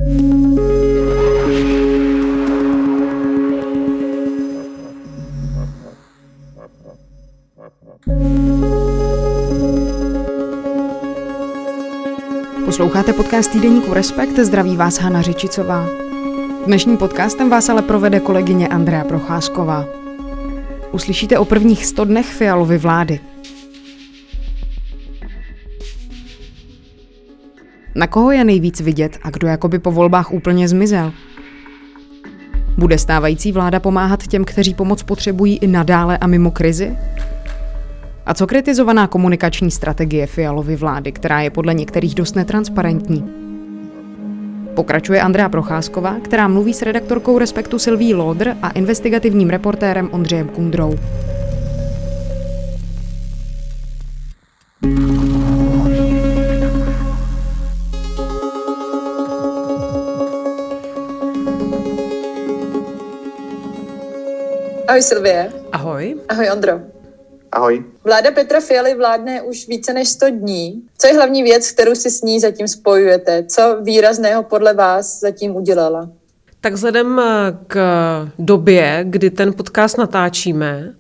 Posloucháte podcast týdeníku Respekt, zdraví vás Hana Řičicová. Dnešním podcastem vás ale provede kolegyně Andrea Procházková. Uslyšíte o prvních 100 dnech Fialovy vlády. Na koho je nejvíc vidět a kdo jakoby po volbách úplně zmizel? Bude stávající vláda pomáhat těm, kteří pomoc potřebují i nadále a mimo krizi? A co kritizovaná komunikační strategie Fialovy vlády, která je podle některých dost netransparentní? Pokračuje Andrea Procházková, která mluví s redaktorkou Respektu Sylvií Lodr a investigativním reportérem Ondřejem Kundrou. Ahoj Sylvie. Ahoj. Ahoj Ondro. Ahoj. Vláda Petra Fialy vládne už více než 100 dní. Co je hlavní věc, kterou si s ní zatím spojujete? Co výrazného podle vás zatím udělala? Tak vzhledem k době, kdy ten podcast natáčíme,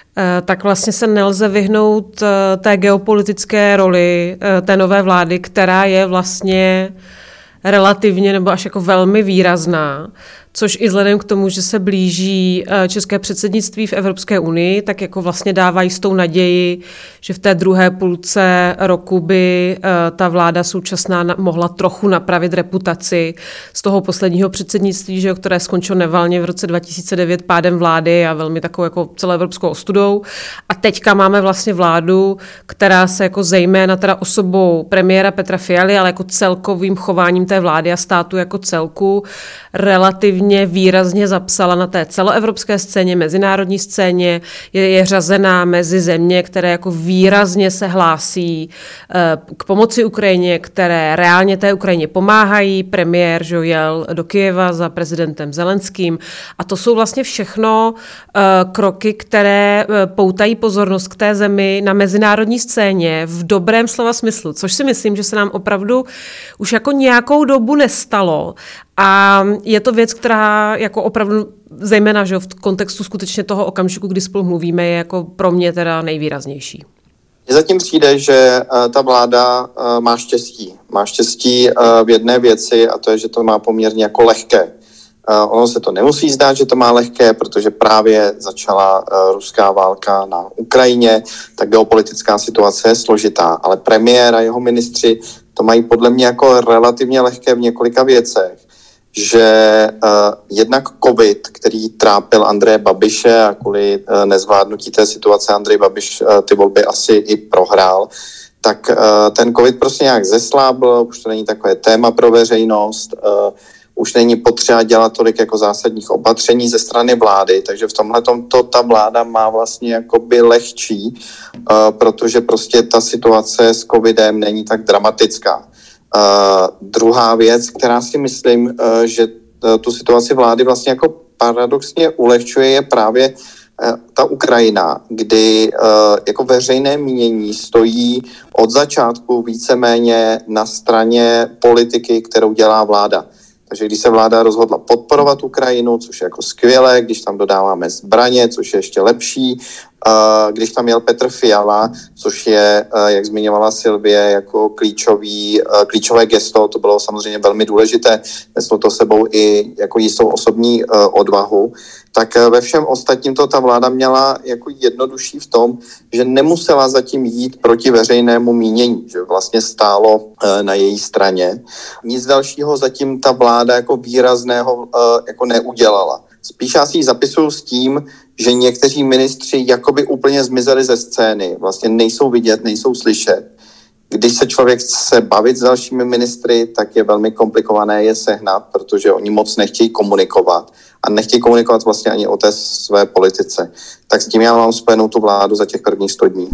tak vlastně se nelze vyhnout té geopolitické roli té nové vlády, která je vlastně relativně nebo až jako velmi výrazná, což i vzhledem k tomu, že se blíží české předsednictví v Evropské unii, tak jako vlastně dává jistou naději, že v té druhé půlce roku by ta vláda současná mohla trochu napravit reputaci z toho posledního předsednictví, že, které skončilo nevalně v roce 2009 pádem vlády a velmi takovou jako celoevropskou ostudou. A teďka máme vlastně vládu, která se jako zejména teda osobou premiéra Petra Fialy, ale jako celkovým chováním té vlády a státu jako celku relativně výrazně zapsala na té celoevropské scéně, mezinárodní scéně, je řazená mezi země, které jako výrazně se hlásí k pomoci Ukrajině, které reálně té Ukrajině pomáhají. Premiér jel do Kyjeva za prezidentem Zelenským a to jsou vlastně všechno kroky, které poutají pozornost k té zemi na mezinárodní scéně v dobrém slova smyslu, což si myslím, že se nám opravdu už jako nějakou dobu nestalo. A je to věc, která jako opravdu, zejména že v kontextu skutečně toho okamžiku, kdy spolu mluvíme, je jako pro mě teda nejvýraznější. Mně zatím přijde, že ta vláda má štěstí. Má štěstí v jedné věci a to je, že to má poměrně jako lehké. Ono se to nemusí zdát, že to má lehké, protože právě začala ruská válka na Ukrajině, tak geopolitická situace je složitá, ale premiér a jeho ministři to mají podle mě jako relativně lehké v několika věcech. Že jednak covid, který trápil Andreje Babiše a kvůli nezvládnutí té situace Andrej Babiš ty volby asi i prohrál, tak ten covid prostě nějak zeslábl, už to není takové téma pro veřejnost, už není potřeba dělat tolik jako zásadních opatření ze strany vlády, takže v tomhletom to ta vláda má vlastně jakoby lehčí, protože prostě ta situace s covidem není tak dramatická. Druhá věc, která si myslím, že tu situaci vlády vlastně jako paradoxně ulehčuje, je právě ta Ukrajina, kdy jako veřejné mínění stojí od začátku víceméně na straně politiky, kterou dělá vláda. Takže když se vláda rozhodla podporovat Ukrajinu, což je jako skvělé, když tam dodáváme zbraně, což je ještě lepší, když tam jel Petr Fiala, což je, jak zmiňovala Sylvie, jako klíčové gesto, to bylo samozřejmě velmi důležité, neslo to sebou i jako jistou osobní odvahu, tak ve všem ostatním to ta vláda měla jako jednodušší v tom, že nemusela zatím jít proti veřejnému mínění, že vlastně stálo na její straně. Nic dalšího zatím ta vláda jako výrazného jako neudělala. Spíš já si ji zapisuju s tím, že někteří ministři jakoby úplně zmizeli ze scény, vlastně nejsou vidět, nejsou slyšet. Když se člověk chce bavit s dalšími ministry, tak je velmi komplikované je sehnat, protože oni moc nechtějí komunikovat a nechtějí komunikovat vlastně ani o té své politice. Tak s tím já mám spojenou tu vládu za těch prvních 100 dní.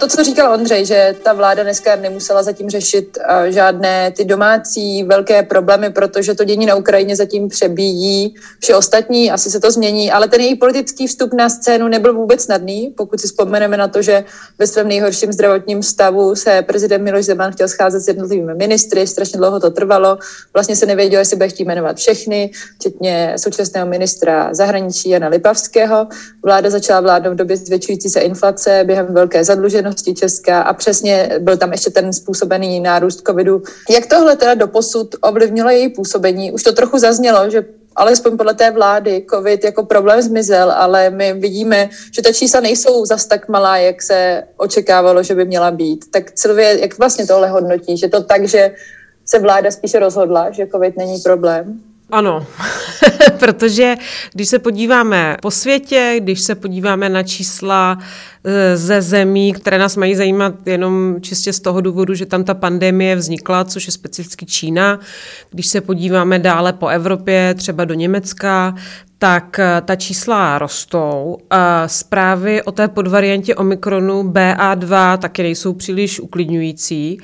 to, co říkal Ondřej, že ta vláda dneska nemusela zatím řešit žádné ty domácí velké problémy, protože to dění na Ukrajině zatím přebíjí vše ostatní, asi se to změní, ale ten její politický vstup na scénu nebyl vůbec snadný, pokud si vzpomeneme na to, že ve svém nejhorším zdravotním stavu se prezident Miloš Zeman chtěl scházet s jednotlivými ministry, strašně dlouho to trvalo, vlastně se nevědělo, jestli bude chtít jmenovat všechny, včetně současného ministra zahraničí Jana Lipavského. Vláda začala vládnout v době zvětšující se inflace během velké zadluženosti Česka a přesně byl tam ještě ten způsobený nárůst covidu. Jak tohle teda doposud ovlivnilo její působení? Už to trochu zaznělo, že alespoň podle té vlády covid jako problém zmizel, ale my vidíme, že ta čísla nejsou zas tak malá, jak se očekávalo, že by měla být. Tak Sylvie, jak vlastně tohle hodnotí? Že to tak, že se vláda spíše rozhodla, že covid není problém? Ano, protože když se podíváme po světě, když se podíváme na čísla ze zemí, které nás mají zajímat jenom čistě z toho důvodu, že tam ta pandemie vznikla, což je specificky Čína, když se podíváme dále po Evropě, třeba do Německa, tak ta čísla rostou. Zprávy o té podvariantě Omikronu BA2 taky nejsou příliš uklidňující.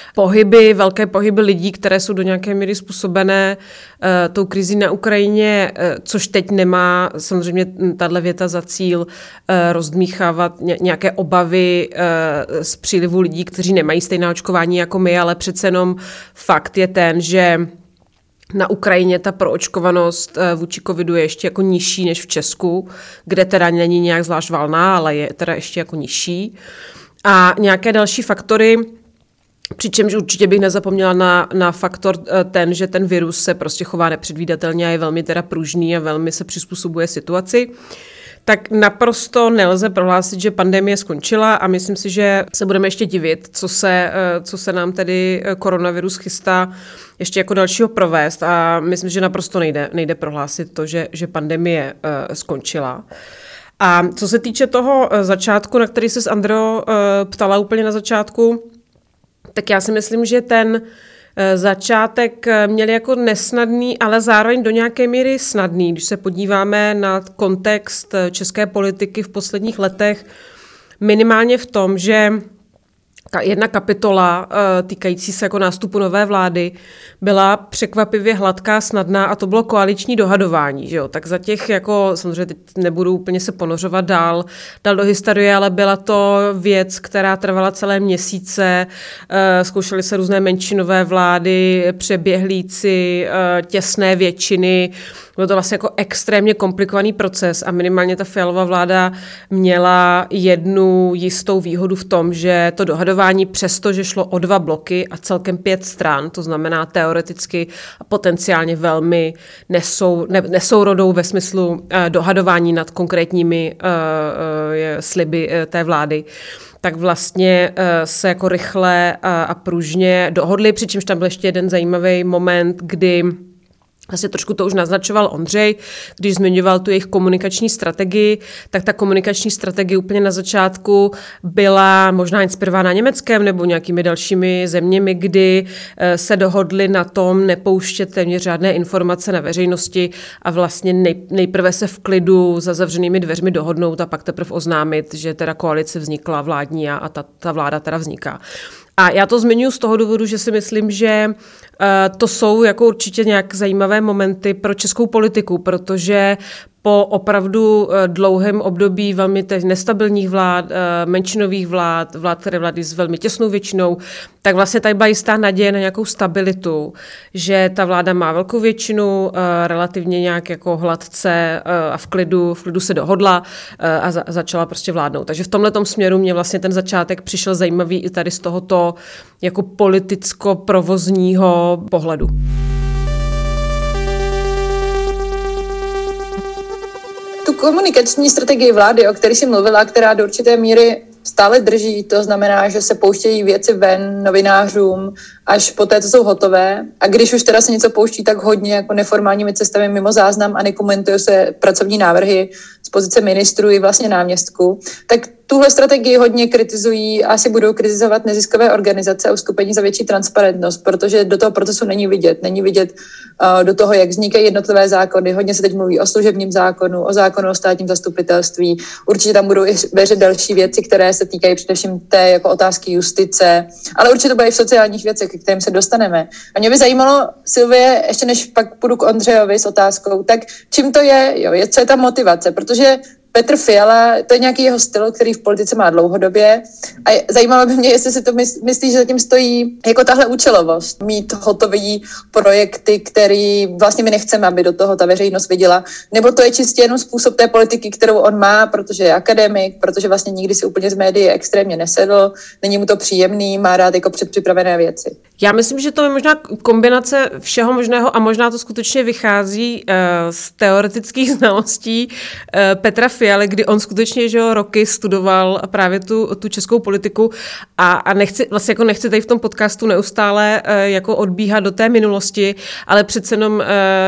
Velké pohyby lidí, které jsou do nějaké míry způsobené tou krizí na Ukrajině, což teď nemá samozřejmě tato věta za cíl rozdmíchávat nějaké obavy z přílivu lidí, kteří nemají stejné očkování jako my, ale přece jenom fakt je ten, že na Ukrajině ta proočkovanost vůči covidu je ještě jako nižší než v Česku, kde teda není nějak zvlášť valná, ale je teda ještě jako nižší. A nějaké další faktory, přičemž určitě bych nezapomněla na faktor ten, že ten virus se prostě chová nepředvídatelně a je velmi teda pružný a velmi se přizpůsobuje situaci. Tak naprosto nelze prohlásit, že pandemie skončila a myslím si, že se budeme ještě divit, co se nám tedy koronavirus chystá ještě jako dalšího provést a myslím, že naprosto nejde prohlásit to, že pandemie skončila. A co se týče toho začátku, na který se Andreo ptala úplně na začátku, tak já si myslím, že ten začátek měl jako nesnadný, ale zároveň do nějaké míry snadný. Když se podíváme na kontext české politiky v posledních letech, minimálně v tom, že jedna kapitola týkající se jako nástupu nové vlády byla překvapivě hladká, snadná a to bylo koaliční dohadování. Že jo? Tak za těch, jako samozřejmě teď nebudu úplně se ponořovat dál do historie, ale byla to věc, která trvala celé měsíce, zkoušely se různé menšinové vlády, přeběhlíci, těsné většiny. Byl to vlastně jako extrémně komplikovaný proces a minimálně ta Fialová vláda měla jednu jistou výhodu v tom, že to dohadování přesto, že šlo o 2 bloky a celkem 5 stran, to znamená teoreticky a potenciálně velmi nesourodou ve smyslu dohadování nad konkrétními sliby té vlády, tak vlastně se jako rychle a pružně dohodli, přičemž tam byl ještě jeden zajímavý moment, kdy vlastně trošku to už naznačoval Ondřej, když zmiňoval tu jejich komunikační strategii, tak ta komunikační strategie úplně na začátku byla možná inspirována Německem nebo nějakými dalšími zeměmi, kdy se dohodli na tom nepouštět téměř žádné informace na veřejnosti a vlastně nejprve se v klidu za zavřenými dveřmi dohodnout a pak teprve oznámit, že teda koalice vznikla vládní a ta vláda teda vzniká. A já to zmiňuji z toho důvodu, že si myslím, že to jsou jako určitě nějak zajímavé momenty pro českou politiku, protože po opravdu dlouhém období velmi nestabilních vlád, menšinových vlád, které vládly s velmi těsnou většinou, tak vlastně tady byla jistá naděje na nějakou stabilitu, že ta vláda má velkou většinu, relativně nějak jako hladce a v klidu se dohodla a začala prostě vládnout. Takže v tomhletom směru mě vlastně ten začátek přišel zajímavý i tady z tohoto jako politicko-provozního pohledu. Tu komunikační strategii vlády, o které jsi mluvila, která do určité míry stále drží, to znamená, že se pouštějí věci ven novinářům až poté, co jsou hotové. A když už teda se něco pouští, tak hodně jako neformálními cestami mimo záznam a nekomentují se pracovní návrhy z pozice ministrů i vlastně náměstků. Tak tuhle strategii hodně kritizují a asi budou kritizovat neziskové organizace a uskupení za větší transparentnost, protože do toho procesu není vidět do toho, jak vznikají jednotlivé zákony. Hodně se teď mluví o služebním zákonu, o zákonu o státním zastupitelství. Určitě tam budou i další věci, které se týkají především té jako otázky justice, ale určitě to bude i v sociálních věcech, k kterým se dostaneme. A mě by zajímalo, Silvie, ještě než pak půjdu k Ondřejovi s otázkou, tak čím to je, co je ta motivace, protože Petr Fiala, to je nějaký jeho styl, který v politice má dlouhodobě a zajímalo by mě, jestli si to myslíš, že zatím stojí jako tahle účelovost, mít hotový projekty, který vlastně my nechceme, aby do toho ta veřejnost viděla, nebo to je čistě jenom způsob té politiky, kterou on má, protože je akademik, protože vlastně nikdy si úplně z médií extrémně nesedl, není mu to příjemný, má rád jako předpřipravené věci. Já myslím, že to je možná kombinace všeho možného a možná to skutečně vychází z teoretických znalostí Petra Fialy, kdy on skutečně roky studoval právě tu českou politiku a nechci tady v tom podcastu neustále jako odbíhat do té minulosti, ale přece jenom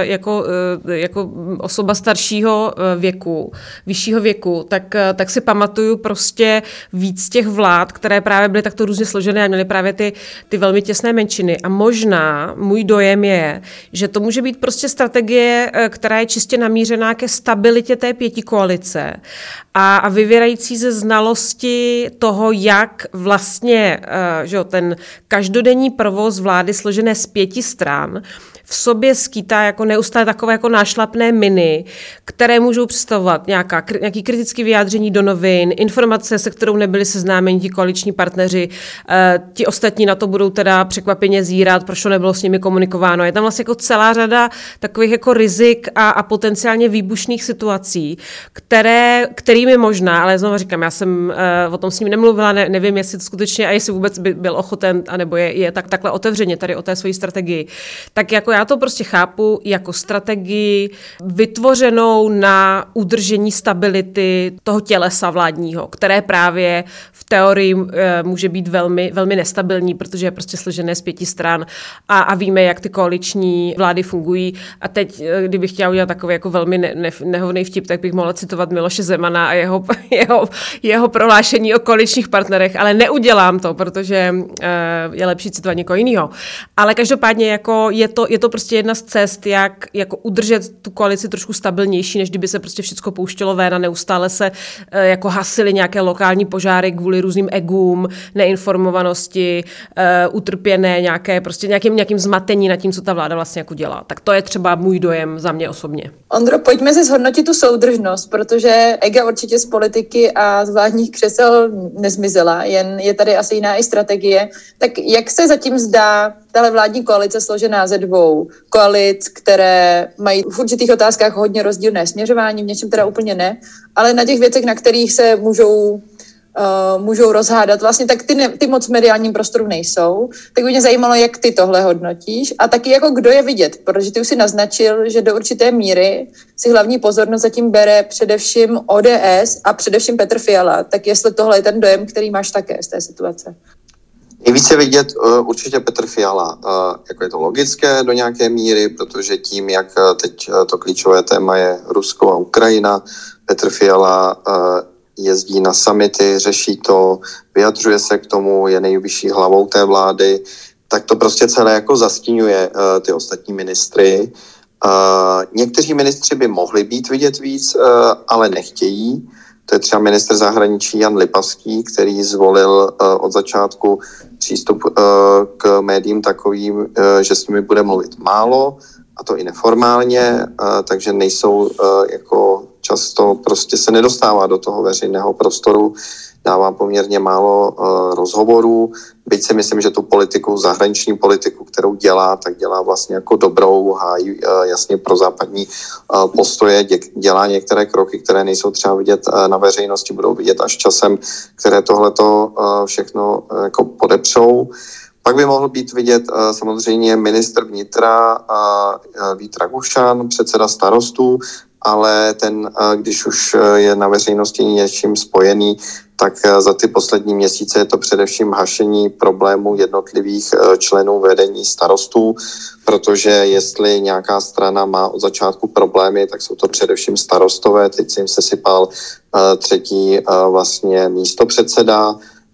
jako osoba staršího věku, vyššího věku, tak si pamatuju prostě víc těch vlád, které právě byly takto různě složené a měly právě ty velmi těsné menšiny. A možná můj dojem je, že to může být prostě strategie, která je čistě namířená ke stabilitě té pětikoalice a vyvěrající ze znalosti toho, jak vlastně ten každodenní provoz vlády složené z 5 stran v sobě skýtá jako neustále takové jako nášlapné miny, které můžou představovat nějaký kritické vyjádření do novin, informace, se kterou nebyli seznámeni ti koaliční partneři, ti ostatní na to budou teda překvapeně zírat, proč to nebylo s nimi komunikováno. Je tam vlastně jako celá řada takových jako rizik a potenciálně výbušných situací, kterými možná, ale znovu říkám, já jsem o tom s ním nemluvila, nevím, jestli to skutečně a jestli vůbec by byl ochoten, anebo je takhle otevřeně tady o té svojí strategii. Tak jako já to prostě chápu jako strategii vytvořenou na udržení stability toho tělesa vládního, které právě v teorii může být velmi, velmi nestabilní, protože je prostě složené z 5 stran a víme, jak ty koaliční vlády fungují. A teď, kdybych chtěla udělat takový jako velmi nehovnej vtip, tak bych mohla citovat Miloše Zemana a jeho prohlášení o koaličních partnerech, ale neudělám to, protože je lepší citovat někoho jiného. Ale každopádně jako je to prostě jedna z cest, jak jako udržet tu koalici trošku stabilnější, než kdyby se prostě všechno pouštělo ven a neustále se jako hasily nějaké lokální požáry kvůli různým egům, neinformovanosti, utrpěné nějaké prostě nějakým zmatení nad tím, co ta vláda vlastně jako dělá. Tak to je třeba můj dojem za mě osobně. Ondro, pojďme si zhodnotit tu soudržnost, protože ega určitě z politiky a z vládních křesel nezmizela, jen je tady asi jiná i strategie. Tak jak se zatím zdá tahle vládní koalice složená ze 2 koalic, které mají v určitých otázkách hodně rozdílné směřování, v něčem teda úplně ne, ale na těch věcech, na kterých se můžou rozhádat, vlastně tak ty moc v mediálním prostoru nejsou. Tak by mě zajímalo, jak ty tohle hodnotíš a taky jako kdo je vidět, protože ty už si naznačil, že do určité míry si hlavní pozornost zatím bere především ODS a především Petr Fiala. Tak jestli tohle je ten dojem, který máš také z té situace? Nejvíce vidět určitě Petr Fiala. Jako je to logické do nějaké míry, protože tím, jak teď to klíčové téma je Rusko a Ukrajina, Petr Fiala jezdí na summity, řeší to, vyjadřuje se k tomu, je nejvyšší hlavou té vlády, tak to prostě celé jako zastínuje ty ostatní ministry. Někteří ministři by mohli být vidět víc, ale nechtějí. To je třeba ministr zahraničí Jan Lipavský, který zvolil od začátku přístup k médiím takovým, že s nimi bude mluvit málo, a to i neformálně, takže nejsou jako často prostě se nedostává do toho veřejného prostoru, dává poměrně málo rozhovorů, byť si myslím, že tu politiku, zahraniční politiku, kterou dělá, tak dělá vlastně jako dobrou, hájí jasně pro západní postoje, dělá některé kroky, které nejsou třeba vidět na veřejnosti, budou vidět až časem, které tohleto všechno jako podepřou. Pak by mohl být vidět samozřejmě ministr vnitra Vít Rakušan, předseda Starostů, ale ten, když už je na veřejnosti něčím spojený, tak za ty poslední měsíce je to především hašení problémů jednotlivých členů vedení starostů, protože jestli nějaká strana má od začátku problémy, tak jsou to především starostové. Teď se jim sesypal třetí vlastně místopředseda,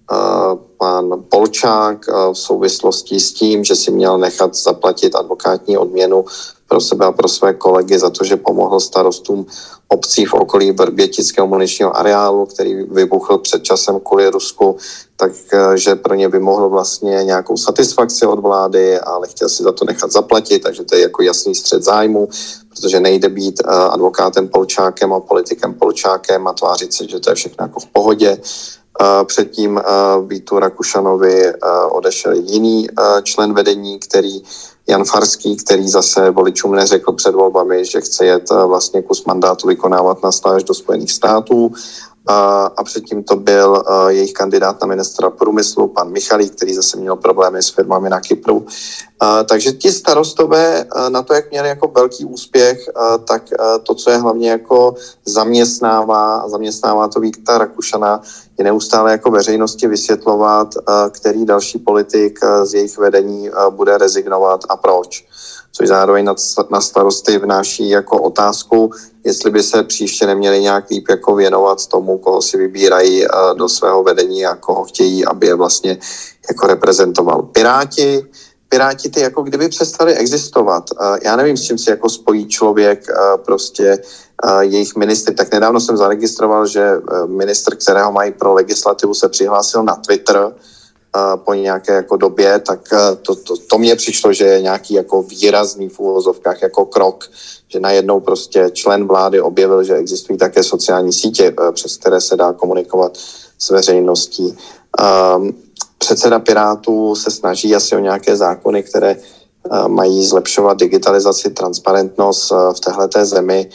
pan Polčák, v souvislosti s tím, že si měl nechat zaplatit advokátní odměnu pro sebe a pro své kolegy za to, že pomohl starostům obcí v okolí Vrbětického muničního areálu, který vybuchl před časem kvůli Rusku, takže pro ně vymohl vlastně nějakou satisfakci od vlády, ale chtěl si za to nechat zaplatit, takže to je jako jasný střet zájmu, protože nejde být advokátem Polčákem a politikem Polčákem a tvářit se, že to je všechno jako v pohodě. Předtím Vítu Rakušanovi odešel jiný člen vedení, Jan Farský, který zase voličům neřekl před volbami, že chce jet vlastně kus mandátu vykonávat na stáž do Spojených států. A předtím to byl jejich kandidát na ministra průmyslu, pan Michalík, který zase měl problémy s firmami na Kypru. Takže ti starostové na to, jak měli jako velký úspěch, tak to, co je hlavně jako zaměstnává to Víta Rakušana, je neustále jako veřejnosti vysvětlovat, který další politik z jejich vedení bude rezignovat a proč. Což zároveň na starosty vnáší jako otázku, jestli by se příště neměli nějak líp jako věnovat tomu, koho si vybírají do svého vedení a koho chtějí, aby je vlastně jako reprezentoval. Piráti ty jako kdyby přestali existovat. Já nevím, s čím si jako spojí člověk prostě jejich ministry. Tak nedávno jsem zaregistroval, že ministr, kterého mají pro legislativu, se přihlásil na Twitter po nějaké jako době, tak to mně přišlo, že je nějaký jako výrazný v úvozovkách jako krok, že najednou prostě člen vlády objevil, že existují také sociální sítě, přes které se dá komunikovat s veřejností. Předseda Pirátů se snaží asi o nějaké zákony, které mají zlepšovat digitalizaci, transparentnost v téhleté zemi,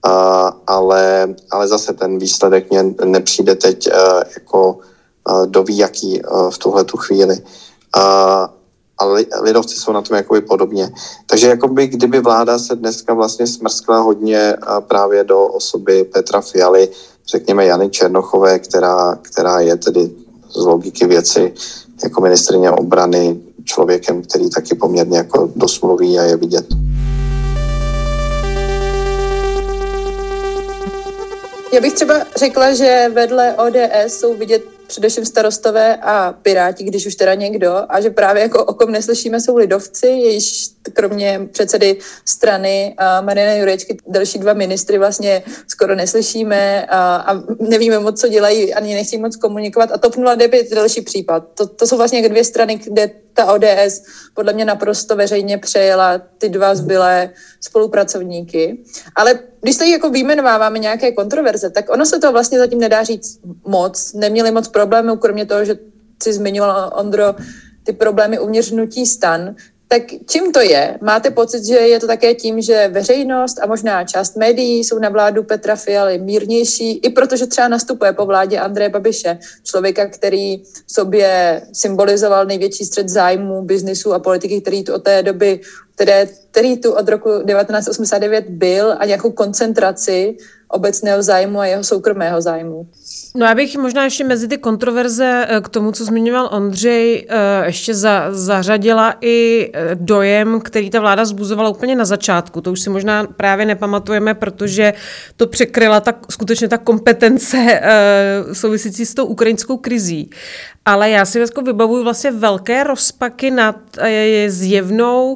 ale zase ten výsledek mě nepřijde teď jako doví jaký v tuhletu chvíli. Ale lidovci jsou na tom jakoby podobně. Takže jakoby kdyby vláda se dneska vlastně smrskla hodně právě do osoby Petra Fialy, řekněme Jany Černochové, která je tedy z logiky věci jako ministryně obrany člověkem, který taky poměrně jako dost mluví a je vidět. Já bych třeba řekla, že vedle ODS jsou vidět především starostové a Piráti, když už teda někdo, a že právě jako o kom neslyšíme jsou lidovci, jejíž kromě předsedy strany Mariana Jurečky další dva ministry vlastně skoro neslyšíme a nevíme moc, co dělají, ani nechtějí moc komunikovat. A TOP 09 je další případ. To jsou vlastně dvě strany, kde ta ODS podle mě naprosto veřejně přejela ty dva zbylé spolupracovníky. Ale když tady jako vyjmenováváme nějaké kontroverze, tak ono se to vlastně zatím nedá říct moc. Neměli moc problémů, kromě toho, že si zmiňoval, Ondro, ty problémy uvnitř hnutí STAN. Tak čím to je? Máte pocit, že je to také tím, že veřejnost a možná část médií jsou na vládu Petra Fialy mírnější, i protože třeba nastupuje po vládě Andreje Babiše, člověka, který v sobě symbolizoval největší střet zájmů, biznisu a politiky, který tu od té doby, který tu od roku 1989 byl, a nějakou koncentraci obecného zájmu a jeho soukromého zájmu. No já bych možná ještě mezi ty kontroverze k tomu, co zmiňoval Ondřej, ještě zařadila i dojem, který ta vláda zbuzovala úplně na začátku. To už si možná právě nepamatujeme, protože to překryla skutečně ta kompetence souvisící s tou ukrajinskou krizí. Ale já si jako vybavuju vlastně velké rozpaky nad zjevnou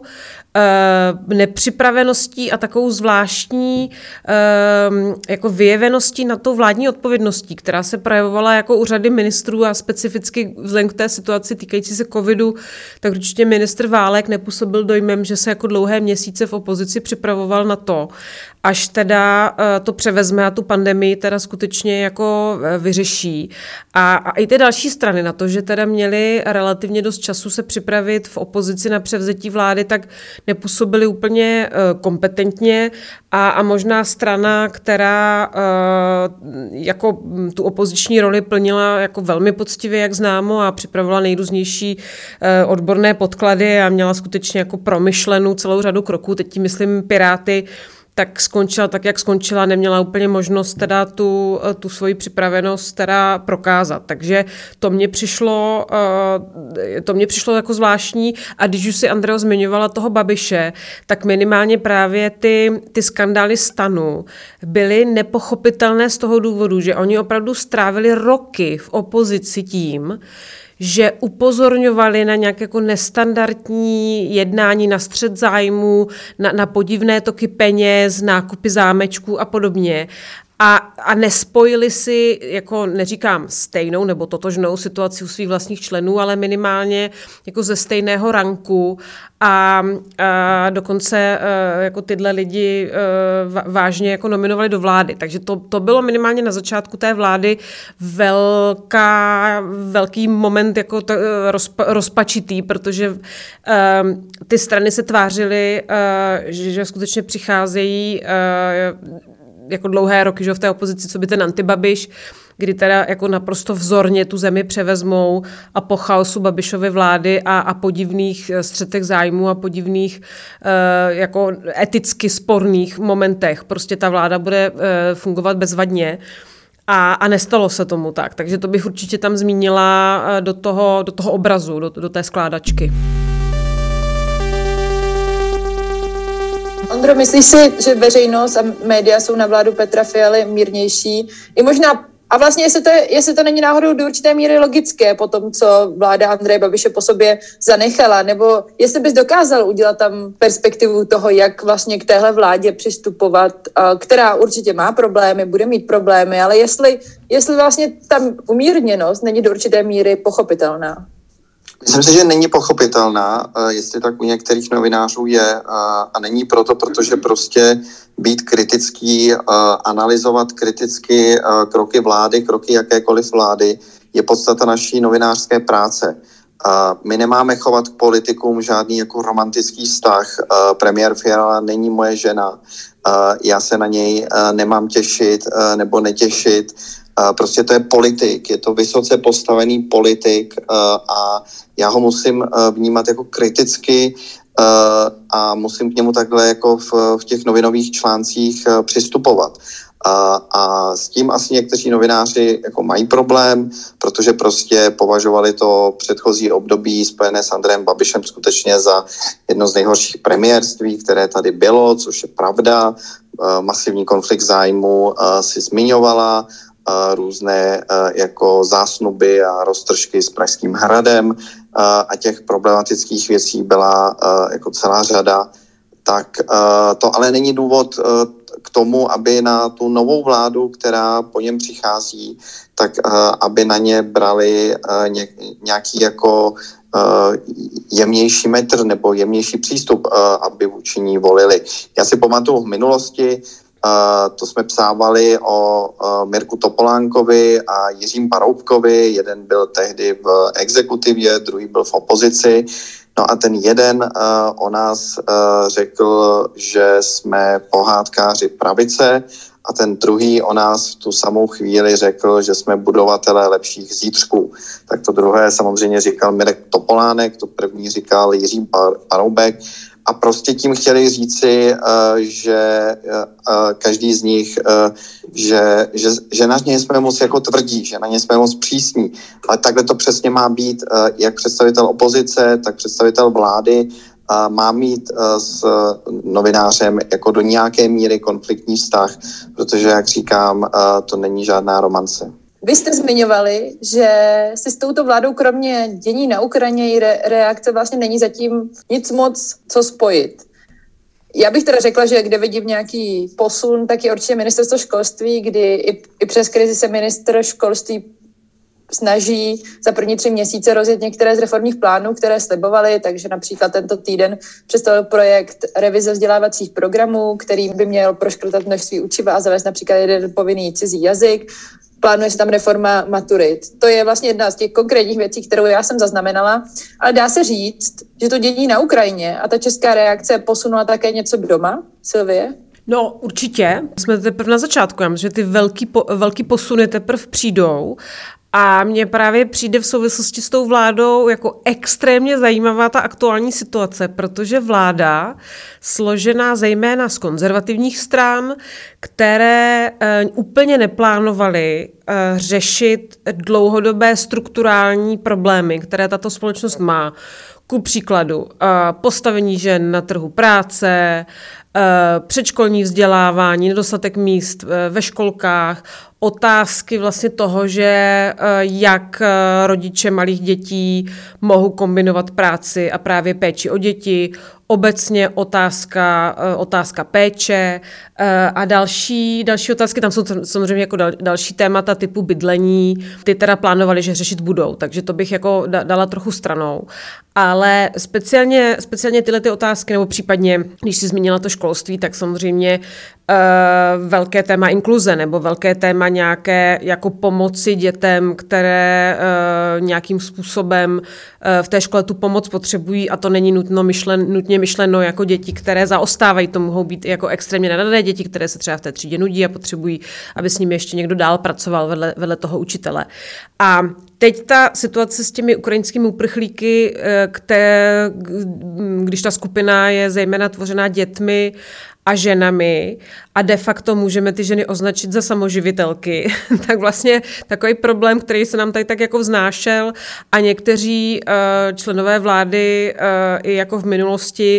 nepřipraveností a takovou zvláštní jako vyjeveností nad tou vládní odpovědností, která se projevovala jako u řady ministrů a specificky vzhledem k té situaci týkající se covidu, tak určitě ministr Válek nepůsobil dojmem, že se jako dlouhé měsíce v opozici připravoval na to, až teda to převezme a tu pandemii teda skutečně jako vyřeší. A i ty další strany na to, že teda měli relativně dost času se připravit v opozici na převzetí vlády, tak nepůsobili úplně kompetentně a možná strana, která jako tu opoziční roli plnila jako velmi poctivě, jak známo, a připravovala nejrůznější odborné podklady a měla skutečně jako promyšlenou celou řadu kroků, teď tím myslím Piráty, tak skončila tak, jak skončila, neměla úplně možnost teda tu svoji připravenost teda prokázat. Takže to mě přišlo jako zvláštní. A když už si Andreo zmiňovala toho Babiše, tak minimálně právě ty skandály STANu byly nepochopitelné z toho důvodu, že oni opravdu strávili roky v opozici tím, že upozorňovali na nějaké jako nestandardní jednání, na střet zájmů, na podivné toky peněz, nákupy zámečků a podobně. A nespojili si, jako neříkám stejnou nebo totožnou situaci u svých vlastních členů, ale minimálně jako ze stejného ranku a dokonce jako tyhle lidi vážně jako nominovali do vlády. Takže to bylo minimálně na začátku té vlády velký moment jako rozpačitý, protože ty strany se tvářily, že skutečně přicházejí jako dlouhé roky, že v té opozici, co by ten antibabiš, kdy teda jako naprosto vzorně tu zemi převezmou a po chaosu Babišovy vlády a podivných střetech zájmů a podivných jako eticky sporných momentech. Prostě ta vláda bude fungovat bezvadně. A nestalo se tomu tak. Takže to bych určitě tam zmínila do toho obrazu, do té skládačky. Ondro, myslíš si, že veřejnost a média jsou na vládu Petra Fialy mírnější? I možná, a vlastně jestli to není náhodou do určité míry logické po tom, co vláda Andreje Babiše po sobě zanechala, nebo jestli bys dokázal udělat tam perspektivu toho, jak vlastně k téhle vládě přistupovat, která určitě má problémy, bude mít problémy, ale jestli vlastně tam umírněnost není do určité míry pochopitelná. Myslím si, že není pochopitelná, jestli tak u některých novinářů je a není protože prostě být kritický, analyzovat kriticky kroky vlády, kroky jakékoliv vlády je podstata naší novinářské práce. My nemáme chovat k politikům žádný jako romantický vztah. Premiér Fiala není moje žena. Já se na něj nemám těšit nebo netěšit. Prostě to je politik, je to vysoce postavený politik a já ho musím vnímat jako kriticky a musím k němu takhle jako v těch novinových článcích přistupovat. A s tím asi někteří novináři jako mají problém, protože prostě považovali to předchozí období spojené s Andrejem Babišem skutečně za jedno z nejhorších premiérství, které tady bylo, což je pravda. Masivní konflikt zájmu si zmiňovala, různé jako zásnuby a roztržky s Pražským hradem a těch problematických věcí byla jako celá řada, tak to ale není důvod k tomu, aby na tu novou vládu, která po něm přichází, tak aby na ně brali nějaký jako jemnější metr nebo jemnější přístup, aby vůči ní volili. Já si pamatuju v minulosti, to jsme psávali o Mirku Topolánkovi a Jiřím Paroubkovi. Jeden byl tehdy v exekutivě, druhý byl v opozici. No a ten jeden o nás řekl, že jsme pohádkáři pravice a ten druhý o nás v tu samou chvíli řekl, že jsme budovatelé lepších zítřků. Tak to druhé samozřejmě říkal Mirek Topolánek, to první říkal Jiří Paroubek. A prostě tím chtěli říci, že každý z nich, že na ně jsme moc jako tvrdí, že na ně jsme moc přísní. Ale takhle to přesně má být, jak představitel opozice, tak představitel vlády má mít s novinářem jako do nějaké míry konfliktní vztah, protože, jak říkám, to není žádná romance. Vy jste zmiňovali, že si s touto vládou kromě dění na Ukrajině i reakce vlastně není zatím nic moc co spojit. Já bych teda řekla, že kde vidím nějaký posun, tak je určitě ministerstvo školství, kdy i přes krizi se ministr školství snaží za první 3 měsíce rozjet některé z reformních plánů, které slibovali, takže například tento týden představil projekt revize vzdělávacích programů, který by měl proškrtat množství učiva a zavést například jeden povinný cizí jazyk. Plánuje se tam reforma maturit. To je vlastně jedna z těch konkrétních věcí, kterou já jsem zaznamenala, ale dá se říct, že to dění na Ukrajině a ta česká reakce posunula také něco doma, Silvie? No určitě, jsme teprve na začátku, já myslím, že ty velký posuny teprve přijdou A mně právě přijde v souvislosti s tou vládou jako extrémně zajímavá ta aktuální situace, protože vláda, složená zejména z konzervativních stran, které úplně neplánovaly řešit dlouhodobé strukturální problémy, které tato společnost má. Ku příkladu postavení žen na trhu práce, předškolní vzdělávání, nedostatek míst ve školkách, otázky vlastně toho, že jak rodiče malých dětí mohou kombinovat práci a právě péči o děti, obecně otázka péče a další otázky. Tam jsou samozřejmě jako další témata typu bydlení. Ty teda plánovali, že řešit budou, takže to bych jako dala trochu stranou. Ale speciálně tyhle ty otázky, nebo případně, když jsi zmínila to školství, tak samozřejmě velké téma inkluze nebo velké téma nějaké jako pomoci dětem, které nějakým způsobem v té škole tu pomoc potřebují, a to není nutně myšleno jako děti, které zaostávají, to mohou být jako extrémně nadané děti, které se třeba v té třídě nudí a potřebují, aby s nimi ještě někdo dál pracoval vedle toho učitele. A teď ta situace s těmi ukrajinskými uprchlíky, když ta skupina je zejména tvořená dětmi a ženami a de facto můžeme ty ženy označit za samoživitelky, tak vlastně takový problém, který se nám tady tak jako vznášel a někteří členové vlády i jako v minulosti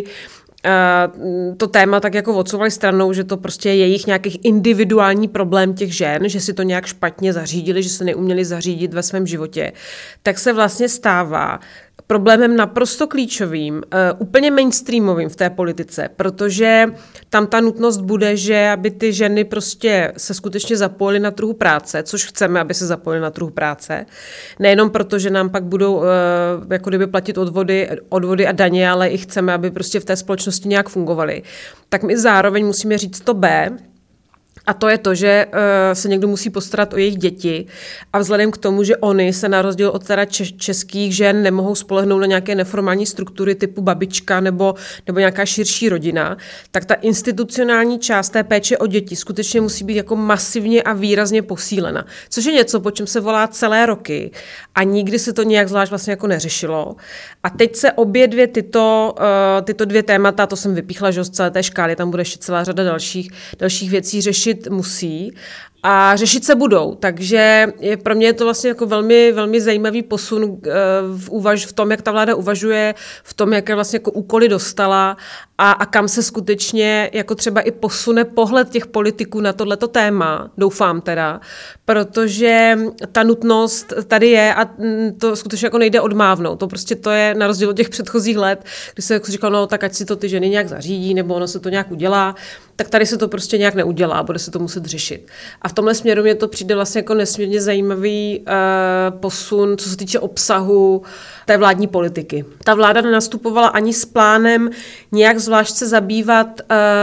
to téma tak jako odsouvali stranou, že to prostě je jejich nějakých individuální problém těch žen, že si to nějak špatně zařídili, že se neuměli zařídit ve svém životě, tak se vlastně stává problémem naprosto klíčovým, úplně mainstreamovým v té politice, protože tam ta nutnost bude, že aby ty ženy prostě se skutečně zapojily na trhu práce, což chceme, aby se zapojily na trhu práce. Nejenom proto, že nám pak budou jako kdyby platit odvody a daně, ale i chceme, aby prostě v té společnosti nějak fungovaly. Tak my zároveň musíme říct to B, a to je to, že se někdo musí postarat o jejich děti a vzhledem k tomu, že oni se na rozdíl od teda českých žen nemohou spolehnout na nějaké neformální struktury typu babička nebo nějaká širší rodina, tak ta institucionální část té péče o děti skutečně musí být jako masivně a výrazně posílena. Což je něco, po čem se volá celé roky a nikdy se to nějak zvlášť vlastně jako neřešilo. A teď se obě dvě tyto dvě témata, to jsem vypíchla, že z celé té škály, tam bude ještě celá řada dalších věcí řešit musí a řešit se budou. Takže pro mě je to vlastně jako velmi, velmi zajímavý posun v tom, jak ta vláda uvažuje, v tom, jaké vlastně jako úkoly dostala a kam se skutečně jako třeba i posune pohled těch politiků na tohleto téma, doufám teda, protože ta nutnost tady je a to skutečně jako nejde odmávnout. To prostě to je na rozdíl od těch předchozích let, kdy se jako říkalo, no tak ať si to ty ženy nějak zařídí, nebo ono se to nějak udělá, tak tady se to prostě nějak neudělá, bude se to muset řešit. A v tomhle směru mě to přijde vlastně jako nesmírně zajímavý posun, co se týče obsahu té vládní politiky. Ta vláda nenastupovala ani s plánem nějak zvlášť se zabývat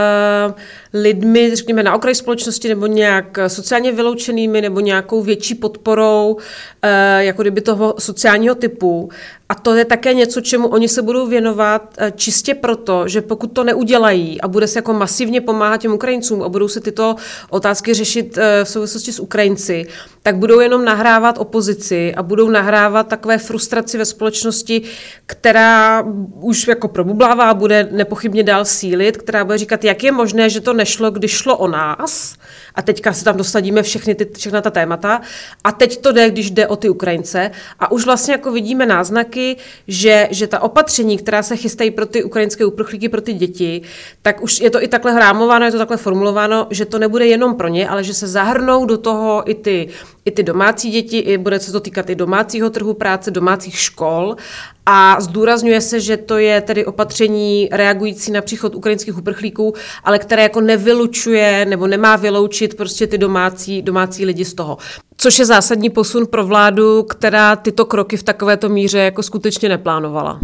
lidmi, řekněme, na okraji společnosti nebo nějak sociálně vyloučenými nebo nějakou větší podporou jako kdyby toho sociálního typu. A to je také něco, čemu oni se budou věnovat čistě proto, že pokud to neudělají a bude se jako masivně pomáhat těm Ukrajincům a budou se tyto otázky řešit v souvislosti s Ukrajinci, tak budou jenom nahrávat opozici a budou nahrávat takové frustraci ve společnosti, která už jako probublává a bude nepochybně dál sílit, která bude říkat, jak je možné, že to nešlo, když šlo o nás a teďka si tam dosadíme všechna ta témata a teď to jde, když jde o ty Ukrajince a už vlastně jako vidíme náznaky, že ta opatření, která se chystají pro ty ukrajinské uprchlíky, pro ty děti, tak už je to i takhle hrámováno, je to takhle formulováno, že to nebude jenom pro ně, ale že se zahrnou do toho i ty domácí děti, i bude se to týkat i domácího trhu práce, domácích škol a zdůrazňuje se, že to je tedy opatření reagující na příchod ukrajinských uprchlíků, ale které jako nevylučuje nebo nemá vyloučit prostě ty domácí lidi z toho. Což je zásadní posun pro vládu, která tyto kroky v takovéto míře jako skutečně neplánovala.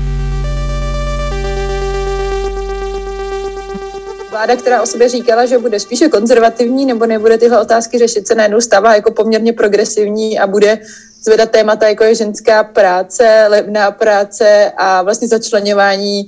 Vláda, která o sobě říkala, že bude spíše konzervativní nebo nebude tyhle otázky řešit, se najednou stává jako poměrně progresivní a bude zvedat témata, jako je ženská práce, levná práce a vlastně začleňování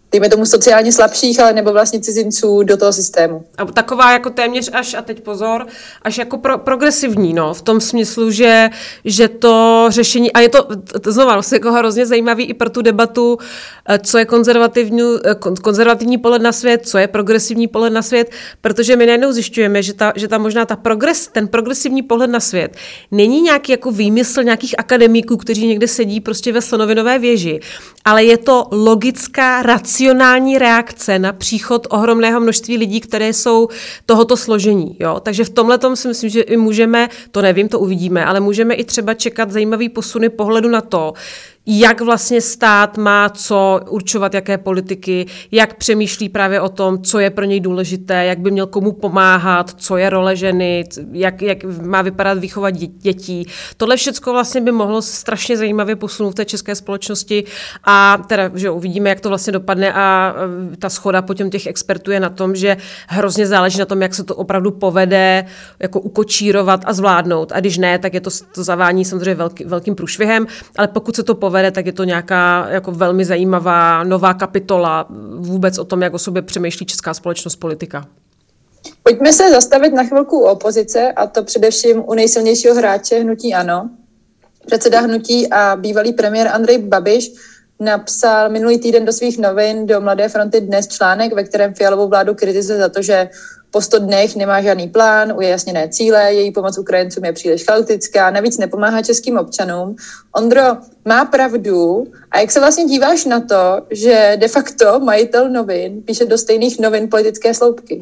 dejme tomu sociálně slabších, ale nebo vlastně cizinců do toho systému. A taková jako téměř až, a teď pozor, až jako progresivní, no, v tom smyslu, že to řešení, a je to znova vlastně jako hrozně zajímavý i pro tu debatu, co je konzervativní pohled na svět, co je progresivní pohled na svět, protože my najednou zjišťujeme, že ta možná ten progresivní pohled na svět není nějaký jako výmysl nějakých akademiků, kteří někde sedí prostě ve slonovinové věži, ale je to logická, racionální reakce na příchod ohromného množství lidí, které jsou tohoto složení. Jo? Takže v tomhletom si myslím, že i můžeme, to nevím, to uvidíme, ale můžeme i třeba čekat zajímavý posuny pohledu na to, jak vlastně stát má co určovat, jaké politiky, jak přemýšlí právě o tom, co je pro něj důležité, jak by měl komu pomáhat, co je role ženy, jak má vypadat výchova dětí. Tohle všecko vlastně by mohlo strašně zajímavě posunout v té české společnosti a teda, že uvidíme, jak to vlastně dopadne a ta shoda potom těch expertů je na tom, že hrozně záleží na tom, jak se to opravdu povede jako ukočírovat a zvládnout. A když ne, tak je to zavání samozřejmě velkým průšvihem, ale pokud se to povede, tak je to nějaká jako velmi zajímavá nová kapitola vůbec o tom, jak o sobě přemýšlí česká společnost, politika. Pojďme se zastavit na chvilku u opozice, a to především u nejsilnějšího hráče hnutí ANO. Předseda hnutí a bývalý premiér Andrej Babiš napsal minulý týden do svých novin, do Mladé fronty Dnes článek, ve kterém Fialovou vládu kritizuje za to, že po 100 dnech nemá žádný plán, ujasněné cíle, její pomoc Ukrajincům je příliš chaotická, navíc nepomáhá českým občanům. Ondro, má pravdu? A jak se vlastně díváš na to, že de facto majitel novin píše do stejných novin politické sloupky?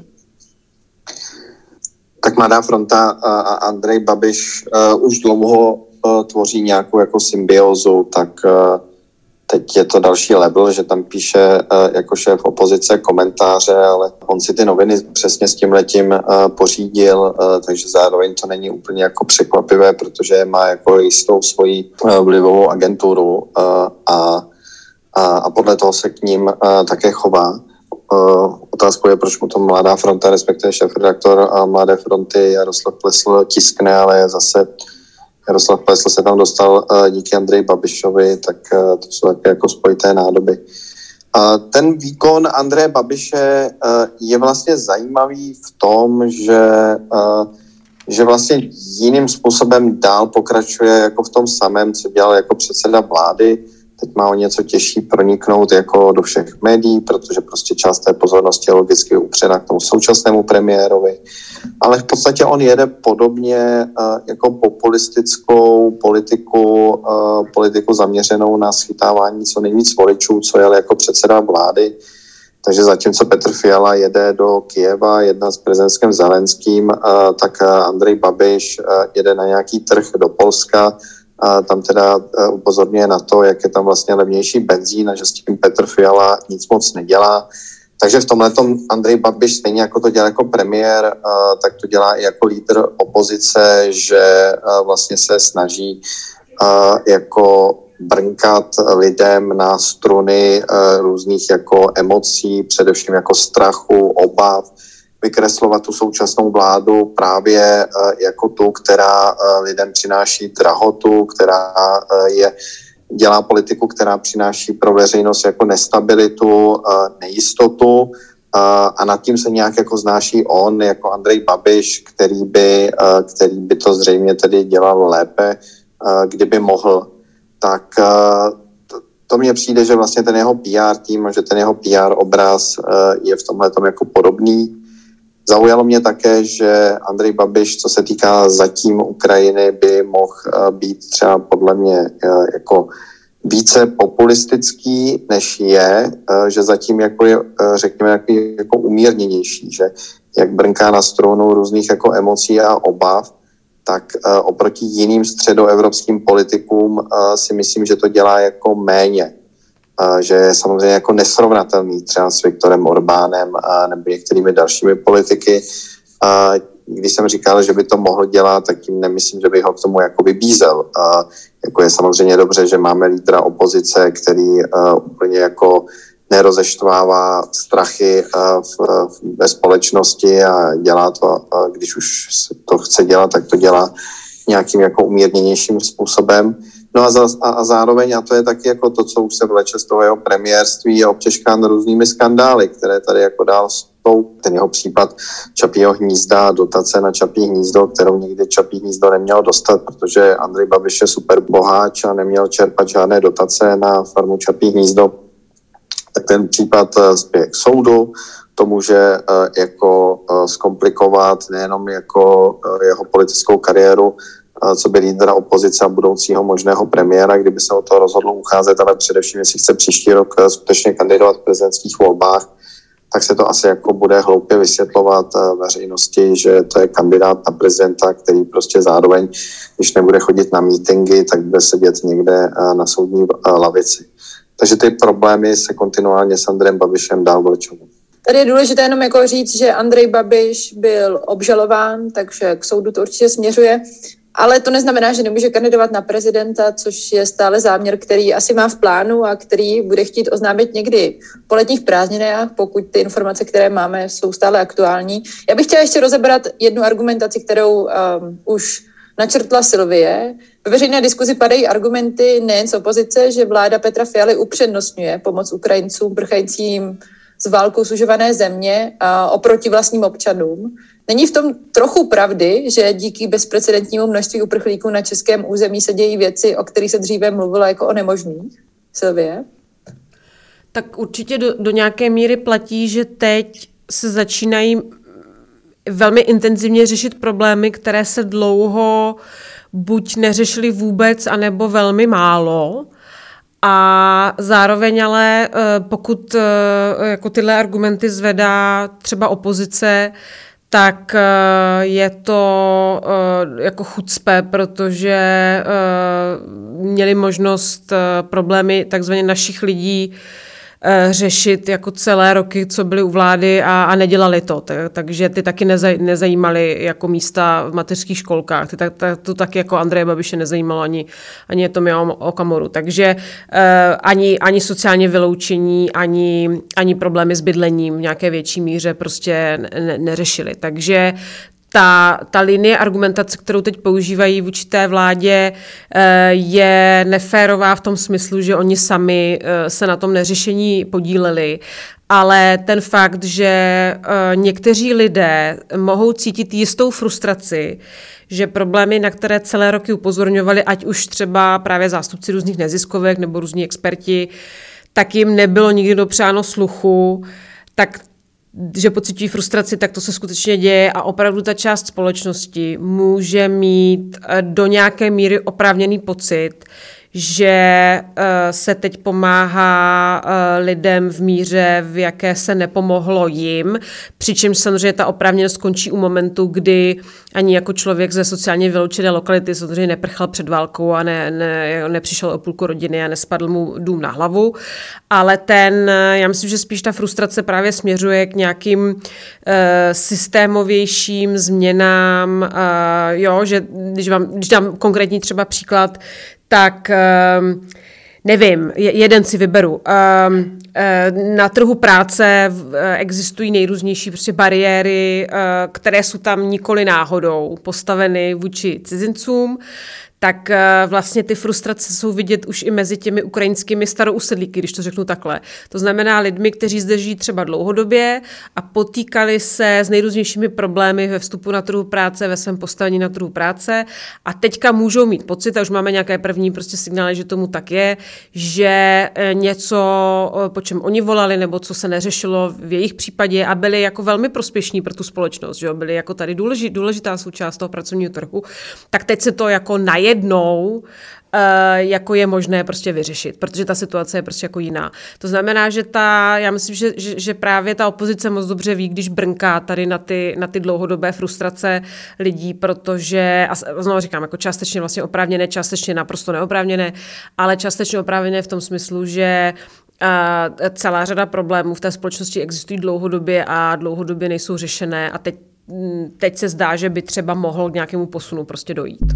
Tak Mladá fronta a Andrej Babiš už dlouho tvoří nějakou jako symbiózu, tak teď je to další level, že tam píše jako šéf opozice komentáře, ale on si ty noviny přesně s tímhletím pořídil, takže zároveň to není úplně jako překvapivé, protože má jako jistou svoji vlivovou agenturu a podle toho se k ním také chová. Otázkou je, proč mu to Mladá fronta, respektive šéfredaktor Mladé fronty Jaroslav Plesl tiskne, ale zase Jaroslav Plesl se tam dostal díky Andreji Babišovi, tak to jsou také jako spojité nádoby. Ten výkon Andreje Babiše je vlastně zajímavý v tom, že vlastně jiným způsobem dál pokračuje jako v tom samém, co dělal jako předseda vlády. Teď má o něco těžší proniknout jako do všech médií, protože prostě část té pozornosti je logicky upřena k tomu současnému premiérovi. Ale v podstatě on jede podobně jako populistickou politiku zaměřenou na schytávání co nejvíc voličů, co jel jako předseda vlády. Takže zatímco Petr Fiala jede do Kyjeva jednat s prezidentem Zelenským, tak Andrej Babiš jede na nějaký trh do Polska. Tam teda upozorňuje na to, jak je tam vlastně levnější benzín a že s tím Petr Fiala nic moc nedělá. Takže v tomhletom Andrej Babiš stejně jako to dělá jako premiér, tak to dělá i jako lídr opozice, že vlastně se snaží jako brnkat lidem na struny různých jako emocí, především jako strachu, obav, vykreslovat tu současnou vládu právě jako tu, která lidem přináší drahotu, která dělá politiku, která přináší pro veřejnost jako nestabilitu, nejistotu a nad tím se nějak jako znáší on, jako Andrej Babiš, který by to zřejmě tedy dělal lépe, kdyby mohl. Tak to mně přijde, že vlastně ten jeho PR tým, že ten jeho PR obraz je v tomhletom jako podobný. Zaujalo mě také, že Andrej Babiš, co se týká zatím Ukrajiny, by mohl být třeba podle mě jako více populistický, než je, že zatím jako je, řekněme, jako umírněnější, že jak brnká na strunu různých jako emocí a obav, tak oproti jiným středoevropským politikům si myslím, že to dělá jako méně. Že je samozřejmě jako nesrovnatelný třeba s Viktorem Orbánem nebo některými dalšími politiky. Když jsem říkal, že by to mohl dělat, tak tím nemyslím, že by ho k tomu jako vybízel. Jako je samozřejmě dobře, že máme lídra opozice, který úplně jako nerozeštvává strachy ve společnosti a dělá to, když už to chce dělat, tak to dělá nějakým jako umírněnějším způsobem. No a zároveň, a to je taky jako to, co už se vleče z toho jeho premiérství, je obtěžkán různými skandály, které tady jako dál jsou. Ten jeho případ Čapího hnízda, dotace na Čapí hnízdo, kterou nikdy Čapí hnízdo nemělo dostat, protože Andrej Babiš je super boháč a neměl čerpat žádné dotace na farmu Čapí hnízdo. Tak ten případ spěje k soudu, to může jako zkomplikovat nejenom jako jeho politickou kariéru, co by lídra opozice a budoucího možného premiéra, kdyby se o to rozhodlo ucházet, ale především, jestli chce příští rok skutečně kandidovat v prezidentských volbách, tak se to asi jako bude hloupě vysvětlovat veřejnosti, že to je kandidát na prezidenta, který prostě zároveň, když nebude chodit na mítingy, tak bude sedět někde na soudní lavici. Takže ty problémy se kontinuálně s Andrejem Babišem dál vlečou. Tady je důležité jenom jako říct, že Andrej Babiš byl obžalován, takže k soudu to určitě směřuje, ale to neznamená, že nemůže kandidovat na prezidenta, což je stále záměr, který asi má v plánu a který bude chtít oznámit někdy po letních prázdninách, pokud ty informace, které máme, jsou stále aktuální. Já bych chtěla ještě rozebrat jednu argumentaci, kterou už načrtla Sylvie. Ve veřejné diskuzi padají argumenty nejen z opozice, že vláda Petra Fialy upřednostňuje pomoc Ukrajincům prchajícím z válkou sužované země oproti vlastním občanům. Není v tom trochu pravdy, že díky bezprecedentnímu množství uprchlíků na českém území se dějí věci, o kterých se dříve mluvilo jako o nemožných? Sylvie? Tak určitě do nějaké míry platí, že teď se začínají velmi intenzivně řešit problémy, které se dlouho buď neřešily vůbec, anebo velmi málo. A zároveň ale pokud jako tyhle argumenty zvedá třeba opozice, tak je to jako chucpe, protože měli možnost problémy takzvaně našich lidí řešit jako celé roky, co byly u vlády a nedělali to. Takže ty taky nezajímaly jako místa v mateřských školkách. To taky jako Andreje Babiše nezajímalo ani Tomia Okamoru. Takže ani sociálně vyloučení, ani problémy s bydlením v nějaké větší míře prostě neřešili. Takže ta linie argumentace, kterou teď používají v určité vládě, je neférová v tom smyslu, že oni sami se na tom neřešení podíleli, ale ten fakt, že někteří lidé mohou cítit jistou frustraci, že problémy, na které celé roky upozorňovali, ať už třeba právě zástupci různých neziskovek nebo různí experti, tak jim nebylo nikdy dopřáno sluchu, tak že pociťují frustraci, tak to se skutečně děje a opravdu ta část společnosti může mít do nějaké míry oprávněný pocit, že se teď pomáhá lidem v míře, v jaké se nepomohlo jim, přičemž samozřejmě ta oprávněnost skončí u momentu, kdy ani jako člověk ze sociálně vyloučené lokality samozřejmě neprchal před válkou a nepřišel o půlku rodiny a nespadl mu dům na hlavu, ale já myslím, že spíš ta frustrace právě směřuje k nějakým systémovějším změnám, že když dám konkrétní třeba příklad, tak nevím, jeden si vyberu. Na trhu práce existují nejrůznější prostě bariéry, které jsou tam nikoli náhodou postaveny vůči cizincům, tak vlastně ty frustrace jsou vidět už i mezi těmi ukrajinskými starousedlíky, když to řeknu takhle. To znamená lidmi, kteří zde žijí třeba dlouhodobě a potýkali se s nejrůznějšími problémy ve vstupu na trhu práce, ve svém postavení na trhu práce a teďka můžou mít pocit, a už máme nějaké první prostě signály, že tomu tak je, že něco, po čem oni volali, nebo co se neřešilo v jejich případě a byli jako velmi prospěšní pro tu společnost, že byli jako tady důležitá součást toho pracovního trhu, tak teď se to jako najednou jako je možné prostě vyřešit, protože ta situace je prostě jako jiná. To znamená, že já myslím, že právě ta opozice moc dobře ví, když brnká tady na ty dlouhodobé frustrace lidí, protože, a znovu říkám, jako částečně vlastně oprávněné, částečně naprosto neoprávněné, ale částečně oprávněné v tom smyslu, že celá řada problémů v té společnosti existují dlouhodobě a dlouhodobě nejsou řešené a teď se zdá, že by třeba mohl k nějakému posunu prostě dojít.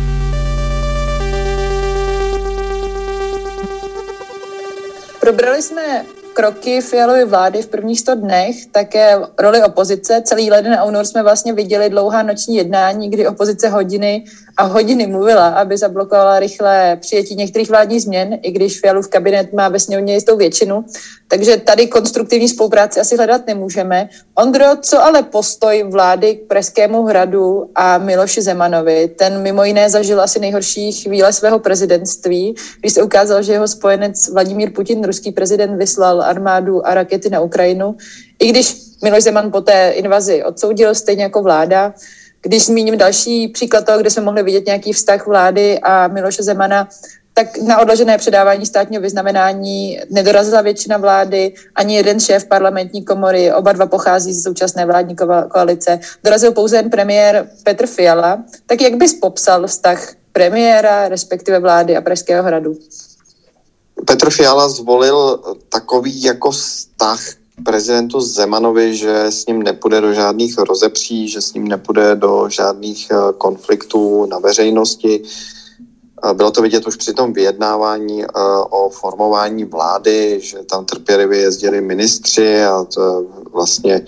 Probrali jsme kroky Fialovy vlády v prvních 100 dnech, také roli opozice. Celý leden a únor jsme vlastně viděli dlouhá noční jednání, kdy opozice hodiny a hodiny mluvila, aby zablokovala rychlé přijetí některých vládních změn, i když Fialův kabinet má ve sněmovně jistou většinu. Takže tady konstruktivní spolupráci asi hledat nemůžeme. Ondro, co ale postoj vlády k Pražskému hradu a Miloši Zemanovi? Ten mimo jiné zažil asi nejhorší chvíle svého prezidentství, když se ukázal, že jeho spojenec Vladimír Putin, ruský prezident, vyslal armádu a rakety na Ukrajinu. I když Miloš Zeman po té invazi odsoudil, stejně jako vláda. Když zmíním další příklad toho, kde jsme mohli vidět nějaký vztah vlády a Miloše Zemana, tak na odložené předávání státního vyznamenání nedorazila většina vlády, ani jeden šéf parlamentní komory, oba dva pochází ze současné vládní koalice. Dorazil pouze jen premiér Petr Fiala. Tak jak bys popsal vztah premiéra, respektive vlády a Pražského hradu? Petr Fiala zvolil takový jako vztah prezidentu Zemanovi, že s ním nepůjde do žádných rozepří, že s ním nepůjde do žádných konfliktů na veřejnosti. Bylo to vidět už při tom vyjednávání o formování vlády, že tam trpělivě jezdili ministři a to vlastně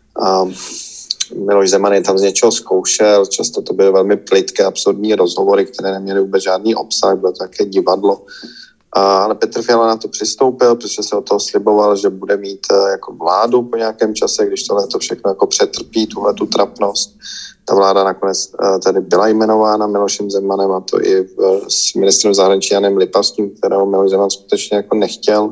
Miloš Zeman je tam z něčeho zkoušel. Často to byly velmi plytké, absurdní rozhovory, které neměly vůbec žádný obsah, bylo to také divadlo. Ale Petr Fiala na to přistoupil, protože se o toho sliboval, že bude mít jako vládu po nějakém čase, když tohle to všechno jako přetrpí, tuhletu trapnost. Ta vláda nakonec tady byla jmenována Milošem Zemanem, a to i s ministrem zahraničí Janem Lipavským, kterého Miloš Zeman skutečně jako nechtěl.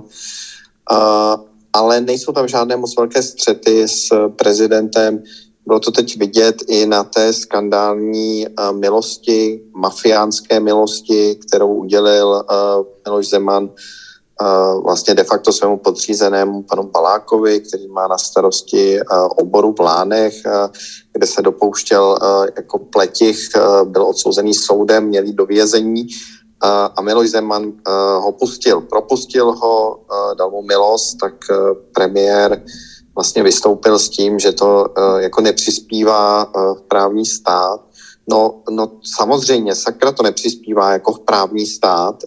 Ale nejsou tam žádné moc velké střety s prezidentem. Bylo to teď vidět i na té skandální milosti, mafiánské milosti, kterou udělil Miloš Zeman vlastně de facto svému podřízenému panu Balákovi, který má na starosti oboru v Lánech, kde se dopouštěl jako pletich, byl odsouzený soudem, měl jít do vězení a Miloš Zeman ho propustil ho, dal mu milost, tak premiér vlastně vystoupil s tím, že to jako nepřispívá v právní stát. No samozřejmě, sakra to nepřispívá jako v právní stát,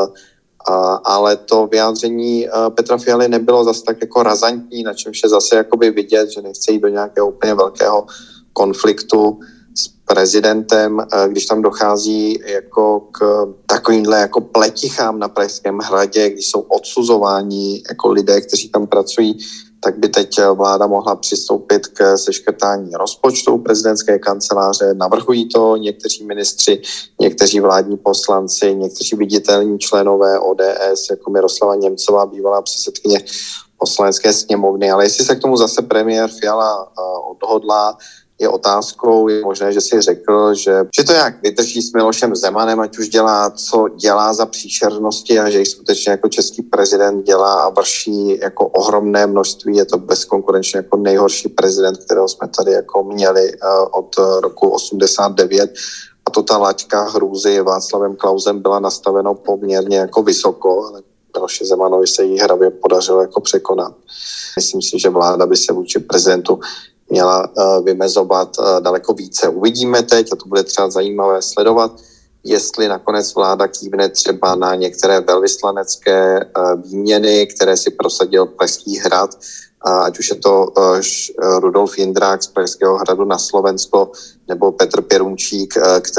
ale to vyjádření Petra Fialy nebylo zase tak jako razantní, na čemž je zase jakoby vidět, že nechce jít do nějakého úplně velkého konfliktu s prezidentem, když tam dochází jako k takovýmhle jako pletichám na Pražském hradě, když jsou odsuzováni jako lidé, kteří tam pracují, tak by teď vláda mohla přistoupit k seškrtání rozpočtu prezidentské kanceláře. Navrhují to někteří ministři, někteří vládní poslanci, někteří viditelní členové ODS, jako Miroslava Němcová, bývalá předsedkyně Poslanecké sněmovny. Ale jestli se k tomu zase premiér Fiala odhodlá, je otázkou, je možné, že si řekl, že to jak vydrží s Milošem Zemanem, ať už dělá, co dělá za příšernosti, a že jich skutečně jako český prezident dělá a vrší jako ohromné množství. Je to bezkonkurenčně jako nejhorší prezident, kterého jsme tady jako měli od roku 89. A to ta laťka hrůzy Václavem Klausem byla nastaveno poměrně jako vysoko, ale Miloši Zemanovi se jí hravě podařilo jako překonat. Myslím si, že vláda by se vůči prezidentu měla vymezovat daleko více. Uvidíme teď, a to bude třeba zajímavé sledovat, jestli nakonec vláda kývne třeba na některé velvyslanecké výměny, které si prosadil Pražský hrad, ať už je to Rudolf Jindrák z Pražského hradu na Slovensko, nebo Petr Pirunčík,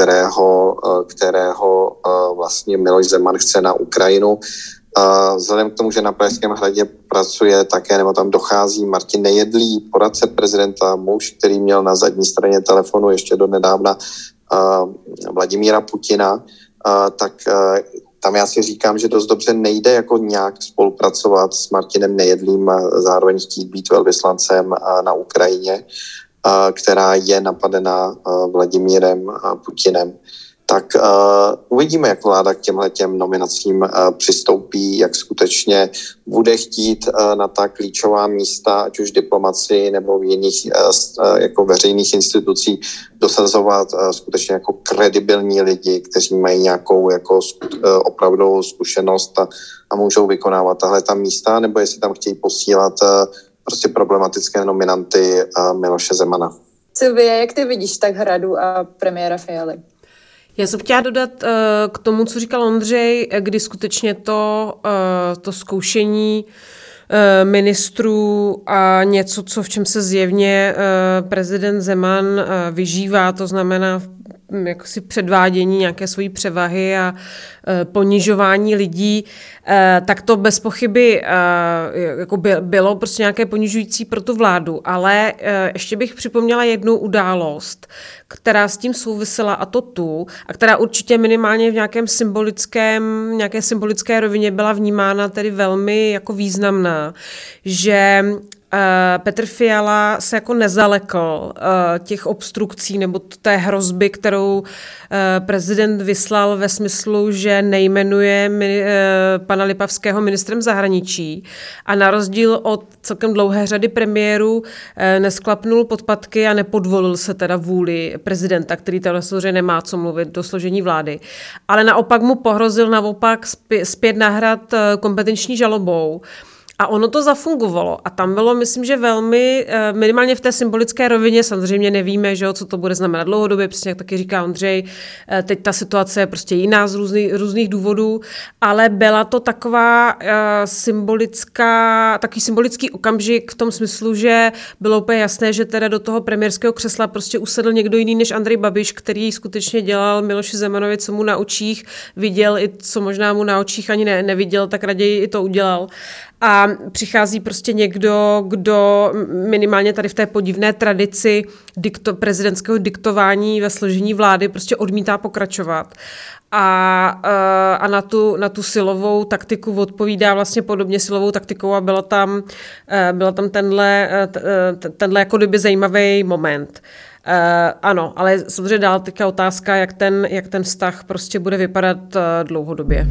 kterého vlastně Miloš Zeman chce na Ukrajinu. Vzhledem k tomu, že na Pražském hradě pracuje také, nebo tam dochází Martin Nejedlý, poradce prezidenta, muž, který měl na zadní straně telefonu ještě do nedávna Vladimíra Putina, tak tam já si říkám, že dost dobře nejde jako nějak spolupracovat s Martinem Nejedlým a zároveň chtít být velvyslancem na Ukrajině, která je napadena Vladimírem Putinem. Tak uvidíme, jak vláda k těmhletěm nominacím přistoupí, jak skutečně bude chtít na ta klíčová místa, ať už diplomaci nebo v jiných jako veřejných institucích, dosazovat skutečně jako kredibilní lidi, kteří mají nějakou jako opravdovou zkušenost a můžou vykonávat tahle ta místa, nebo jestli tam chtějí posílat prostě problematické nominanty Miloše Zemana. Silvie, jak ty vidíš tak Hradu a premiéra Fialy? Já jsem chtěla dodat k tomu, co říkal Ondřej, kdy skutečně to zkoušení ministrů a něco, v čem se zjevně prezident Zeman vyžívá, to znamená jakosi předvádění nějaké svojí převahy a ponižování lidí, tak to bez pochyby jako bylo prostě nějaké ponižující pro tu vládu. Ale ještě bych připomněla jednu událost, která s tím souvisela, a která určitě minimálně v nějaké symbolické rovině byla vnímána tedy velmi jako významná, že Petr Fiala se jako nezalekl těch obstrukcí nebo té hrozby, kterou prezident vyslal ve smyslu, že nejmenuje pana Lipavského ministrem zahraničí a na rozdíl od celkem dlouhé řady premiérů nesklapnul podpatky a nepodvolil se teda vůli prezidenta, který teda samozřejmě nemá co mluvit do složení vlády, ale naopak mu pohrozil zpět na Hrad kompetenční žalobou. A ono to zafungovalo a tam bylo, myslím, že velmi, minimálně v té symbolické rovině, samozřejmě nevíme, že, co to bude znamenat dlouhodobě, přesně jak taky říká Ondřej, teď ta situace je prostě jiná z různých důvodů, ale byla to takový symbolický okamžik v tom smyslu, že bylo úplně jasné, že teda do toho premiérského křesla prostě usedl někdo jiný než Andrej Babiš, který skutečně dělal Miloši Zemanovi, co mu na očích viděl i co možná mu na očích ani neviděl, tak raději i to udělal. A přichází prostě někdo, kdo minimálně tady v té podivné tradici prezidentského diktování ve složení vlády prostě odmítá pokračovat. A na tu silovou taktiku odpovídá vlastně podobně silovou taktikou a byla tam tenhle jako kdyby zajímavý moment. Ano, ale samozřejmě dál teďka otázka, jak ten vztah prostě bude vypadat dlouhodobě.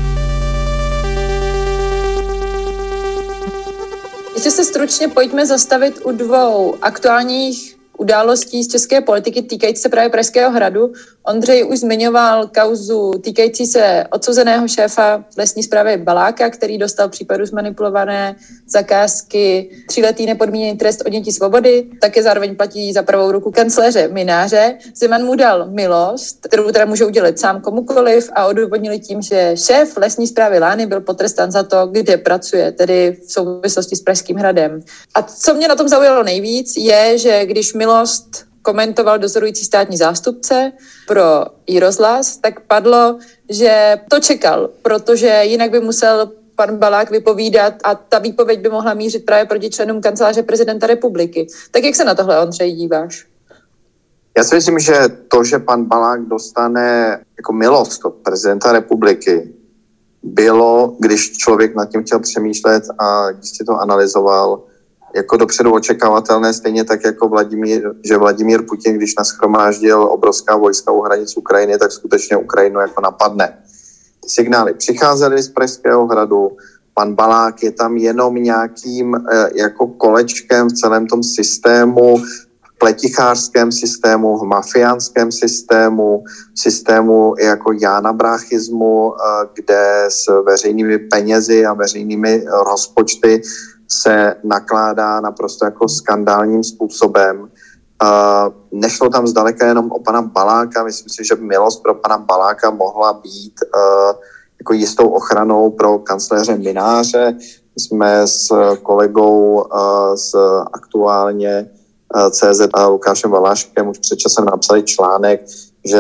Ještě se stručně pojďme zastavit u dvou aktuálních událostí z české politiky týkající se právě Pražského hradu. Ondřej už zmiňoval kauzu týkající se odsouzeného šéfa lesní správy Baláka, který dostal případu zmanipulované zakázky 3letý nepodmíněný trest odnětí svobody. Také zároveň platí za pravou ruku kancléře Mynáře. Zeman mu dal milost, kterou teda může udělit sám komukoliv a odůvodnili tím, že šéf lesní správy Lány byl potrestán za to, kde pracuje, tedy v souvislosti s Pražským hradem. A co mě na tom zaujalo nejvíc, je, že když milost komentoval dozorující státní zástupce pro iRozhlas, tak padlo, že to čekal, protože jinak by musel pan Balák vypovídat a ta výpověď by mohla mířit právě proti členům kanceláře prezidenta republiky. Tak jak se na tohle, Ondřej, díváš? Já si myslím, že to, že pan Balák dostane jako milost od prezidenta republiky, bylo, když člověk nad tím chtěl přemýšlet a když si to analyzoval, jako dopředu očekávatelné, stejně tak jako Vladimír Putin, když nashromáždil obrovská vojska u hranic Ukrajiny, tak skutečně Ukrajinu jako napadne. Ty signály přicházely z Pražského hradu, pan Balák je tam jenom nějakým jako kolečkem v celém tom systému, v pletichářském systému, v mafiánském systému jako jánabrachismu, kde s veřejnými penězi a veřejnými rozpočty se nakládá naprosto jako skandálním způsobem. Nešlo tam zdaleka jenom o pana Baláka, myslím si, že milost pro pana Baláka mohla být jako jistou ochranou pro kancléře Mynáře. My jsme s kolegou z aktuálně CZ a Lukášem Valáškem už před časem napsali článek, že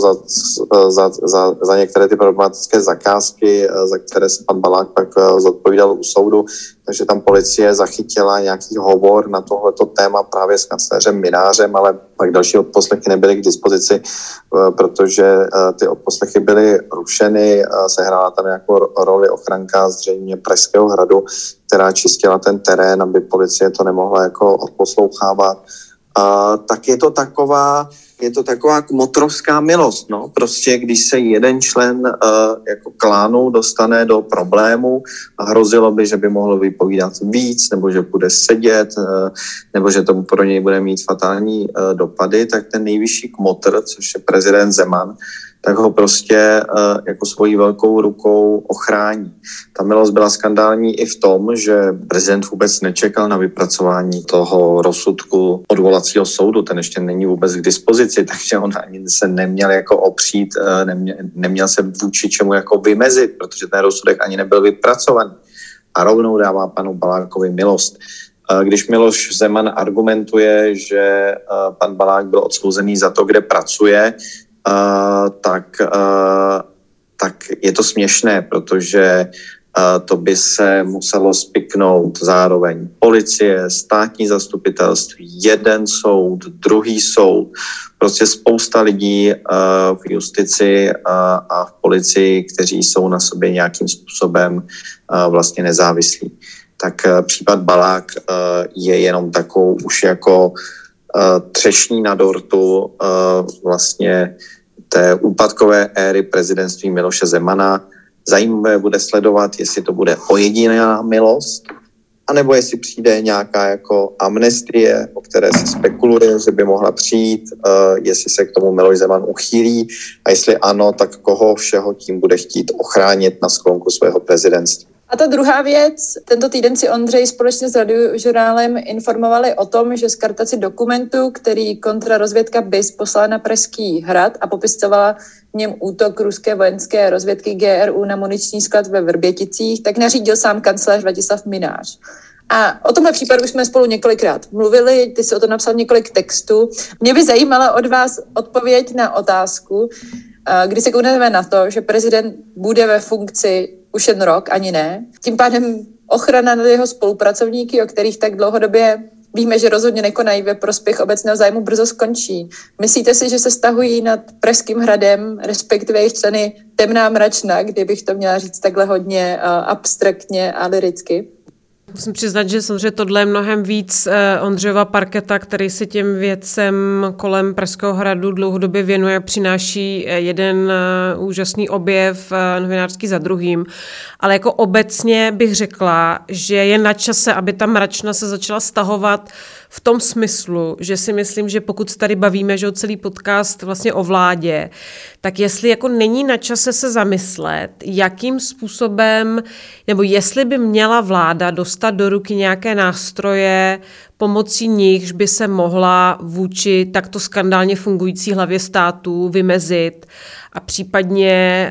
za některé ty problematické zakázky, za které se pan Balák pak zodpovídal u soudu, takže tam policie zachytila nějaký hovor na tohleto téma právě s kancléřem Mynářem, ale pak další odposlechy nebyly k dispozici, protože ty odposlechy byly rušeny, sehrála tam nějakou roli ochranka zřejmě Pražského hradu, která čistila ten terén, aby policie to nemohla jako odposlouchávat. Tak je to taková kmotrovská milost, no. Prostě když se jeden člen jako klánu dostane do problému a hrozilo by, že by mohl vypovídat víc, nebo že bude sedět, nebo že to pro něj bude mít fatální dopady, tak ten nejvyšší kmotr, což je prezident Zeman, tak ho prostě jako svojí velkou rukou ochrání. Ta milost byla skandální i v tom, že prezident vůbec nečekal na vypracování toho rozsudku odvolacího soudu, ten ještě není vůbec k dispozici, takže on ani se neměl jako opřít, neměl se vůči čemu jako vymezit, protože ten rozsudek ani nebyl vypracovaný. A rovnou dává panu Balákovi milost. Když Miloš Zeman argumentuje, že pan Balák byl odsouzený za to, kde pracuje, tak je to směšné, protože to by se muselo spiknout zároveň policie, státní zastupitelství, jeden soud, druhý soud, prostě spousta lidí v justici a v policii, kteří jsou na sobě nějakým způsobem vlastně nezávislí. Tak případ Balák je jenom takovou už jako třešní na dortu vlastně té úpadkové éry prezidentství Miloše Zemana. Zajímavé bude sledovat, jestli to bude ojedinělá milost, anebo jestli přijde nějaká jako amnestie, o které se spekuluje, že by mohla přijít, jestli se k tomu Miloš Zeman uchýlí a jestli ano, tak koho všeho tím bude chtít ochránit na sklonku svého prezidentství. A ta druhá věc, tento týden si Ondřej společně s Radiožurnálem informovali o tom, že z kartaci dokumentu, který kontrarozvědka BIS poslala na Pražský hrad a popisovala v něm útok ruské vojenské rozvědky GRU na muniční sklad ve Vrběticích, tak nařídil sám kancléř Vladislav Mynář. A o tomhle případu jsme spolu několikrát mluvili, ty jsi o tom napsal několik textů. Mě by zajímala od vás odpověď na otázku, kdy se koukneme na to, že prezident bude ve funkci už jen rok, ani ne. Tím pádem ochrana nad jeho spolupracovníky, o kterých tak dlouhodobě víme, že rozhodně nekonají ve prospěch obecného zájmu, brzo skončí. Myslíte si, že se stahují nad Pražským hradem, respektive jejich členy temná mračna, kdybych to měla říct takhle hodně abstraktně a liricky? Musím přiznat, že samozřejmě tohle je mnohem víc Ondřejova parketa, který se těm věcem kolem Pražského hradu dlouhodobě věnuje, přináší jeden úžasný objev novinářský za druhým. Ale jako obecně bych řekla, že je na čase, aby ta mračna se začala stahovat v tom smyslu, že si myslím, že pokud se tady bavíme, že o celý podcast vlastně o vládě, tak jestli jako není na čase se zamyslet, jakým způsobem, nebo jestli by měla vláda dostat do ruky nějaké nástroje, pomocí nichž by se mohla vůči takto skandálně fungující hlavě státu vymezit a případně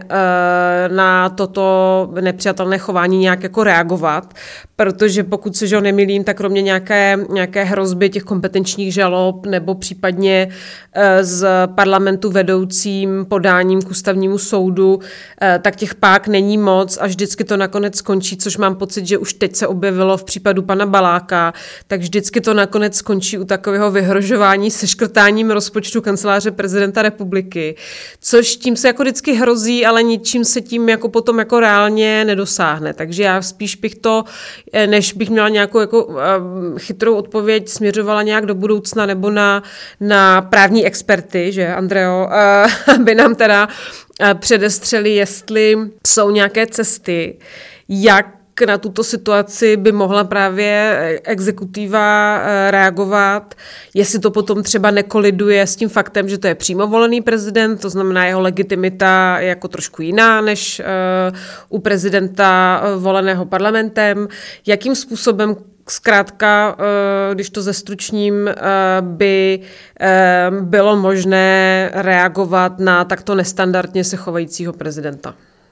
na toto nepřijatelné chování nějak jako reagovat, protože pokud se že nemýlím, tak kromě nějaké hrozby těch kompetenčních žalob nebo případně z parlamentu vedoucím podáním k ústavnímu soudu, tak těch pák není moc a vždycky to nakonec skončí, což mám pocit, že už teď se objevilo v případu pana Baláka, tak vždycky to nakonec skončí u takového vyhrožování seškrtáním rozpočtu kanceláře prezidenta republiky, což tím se jako vždycky hrozí, ale ničím se tím jako potom jako reálně nedosáhne. Takže já spíš bych to, než bych měla nějakou jako chytrou odpověď, směřovala nějak do budoucna nebo na právní experty, že Andreo, aby nám teda předestřeli, jestli jsou nějaké cesty, jak na tuto situaci by mohla právě exekutiva reagovat, jestli to potom třeba nekoliduje s tím faktem, že to je přímo volený prezident, to znamená jeho legitimita je jako trošku jiná než u prezidenta voleného parlamentem, jakým způsobem zkrátka, když to zestručním, by bylo možné reagovat na takto nestandardně se chovajícího prezidenta.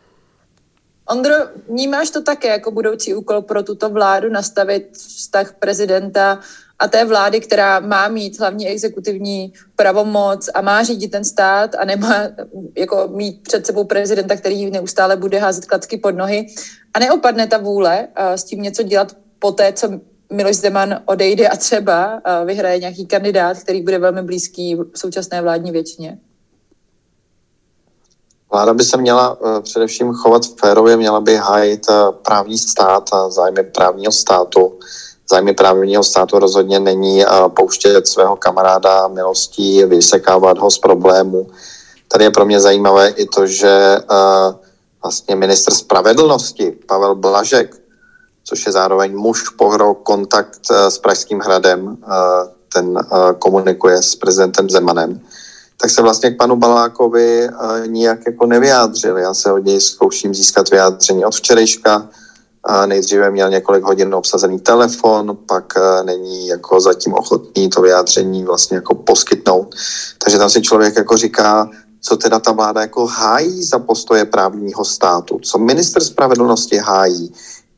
Ondro, vnímáš to také jako budoucí úkol pro tuto vládu nastavit vztah prezidenta a té vlády, která má mít hlavní exekutivní pravomoc a má řídit ten stát a nemá jako mít před sebou prezidenta, který neustále bude házet klacky pod nohy a neopadne ta vůle s tím něco dělat poté, co Miloš Zeman odejde a třeba vyhraje nějaký kandidát, který bude velmi blízký současné vládní většině? Vláda by se měla především chovat férově, měla by hájit právní stát a zájmy právního státu. Zájmy právního státu rozhodně není pouštět svého kamaráda milostí, vysekávat ho z problému. Tady je pro mě zajímavé i to, že vlastně ministr spravedlnosti Pavel Blažek, což je zároveň muž pro kontakt s Pražským hradem, ten komunikuje s prezidentem Zemanem, tak se vlastně k panu Balákovi nijak jako nevyjádřil. Já se od něj zkouším získat vyjádření od včerejška. Nejdříve měl několik hodin obsazený telefon, pak není jako zatím ochotný to vyjádření vlastně jako poskytnout. Takže tam si člověk jako říká, co teda ta vláda jako hájí za postoje právního státu, co ministr spravedlnosti hájí,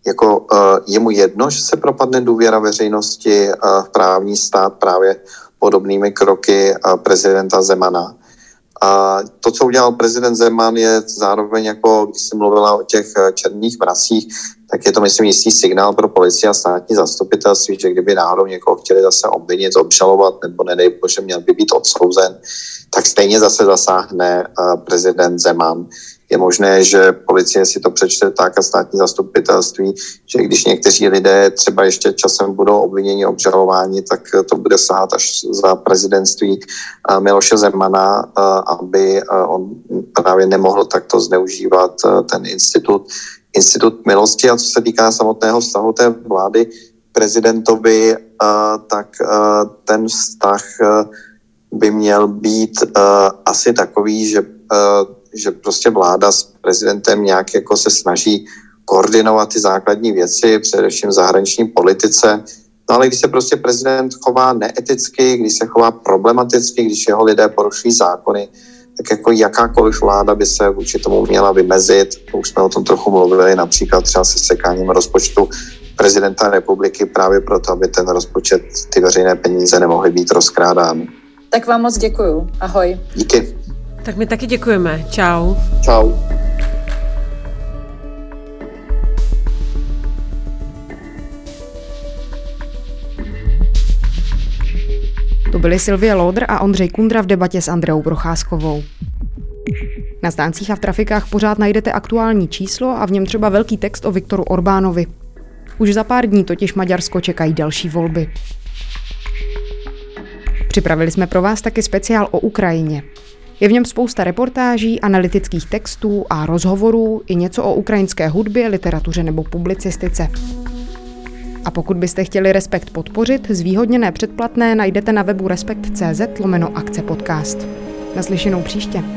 je mu jedno, že se propadne důvěra veřejnosti v právní stát právě podobnými kroky prezidenta Zemana. A to, co udělal prezident Zeman, je zároveň když jsem mluvila o těch černých mracích, tak je to, myslím, jistý signál pro policii a státní zastupitelství, že kdyby náhodou někoho chtěli zase obvinit, obžalovat, nebo nedej bože, měl by být odsouzen, tak stejně zase zasáhne prezident Zeman. Je možné, že policie si to přečte tak a státní zastupitelství, že když někteří lidé třeba ještě časem budou obviněni, obžalováni, tak to bude sahat až za prezidentství Miloše Zemana, aby on právě nemohl takto zneužívat ten institut milosti. A co se týká samotného vztahu té vlády prezidentovi, tak ten vztah by měl být asi takový, že prostě vláda s prezidentem nějak se snaží koordinovat ty základní věci, především v zahraniční politice. No ale když se prostě prezident chová neeticky, když se chová problematicky, když jeho lidé porušují zákony, tak jakákoliv vláda by se vůči tomu měla vymezit. Už jsme o tom trochu mluvili, například třeba se sekáním rozpočtu prezidenta republiky právě proto, aby ten rozpočet, ty veřejné peníze nemohly být rozkrádány. Tak vám moc děkuju. Ahoj. Díky. Tak my taky děkujeme. Čau. Čau. To byli Sylvie Lauder a Ondřej Kundra v debatě s Andreou Procházkovou. Na stáncích a v trafikách pořád najdete aktuální číslo a v něm třeba velký text o Viktoru Orbánovi. Už za pár dní totiž Maďarsko čekají další volby. Připravili jsme pro vás taky speciál o Ukrajině. Je v něm spousta reportáží, analytických textů a rozhovorů i něco o ukrajinské hudbě, literatuře nebo publicistice. pokud byste chtěli Respekt podpořit, zvýhodněné předplatné najdete na webu respekt.cz/akcepodcast. Naslyšenou příště.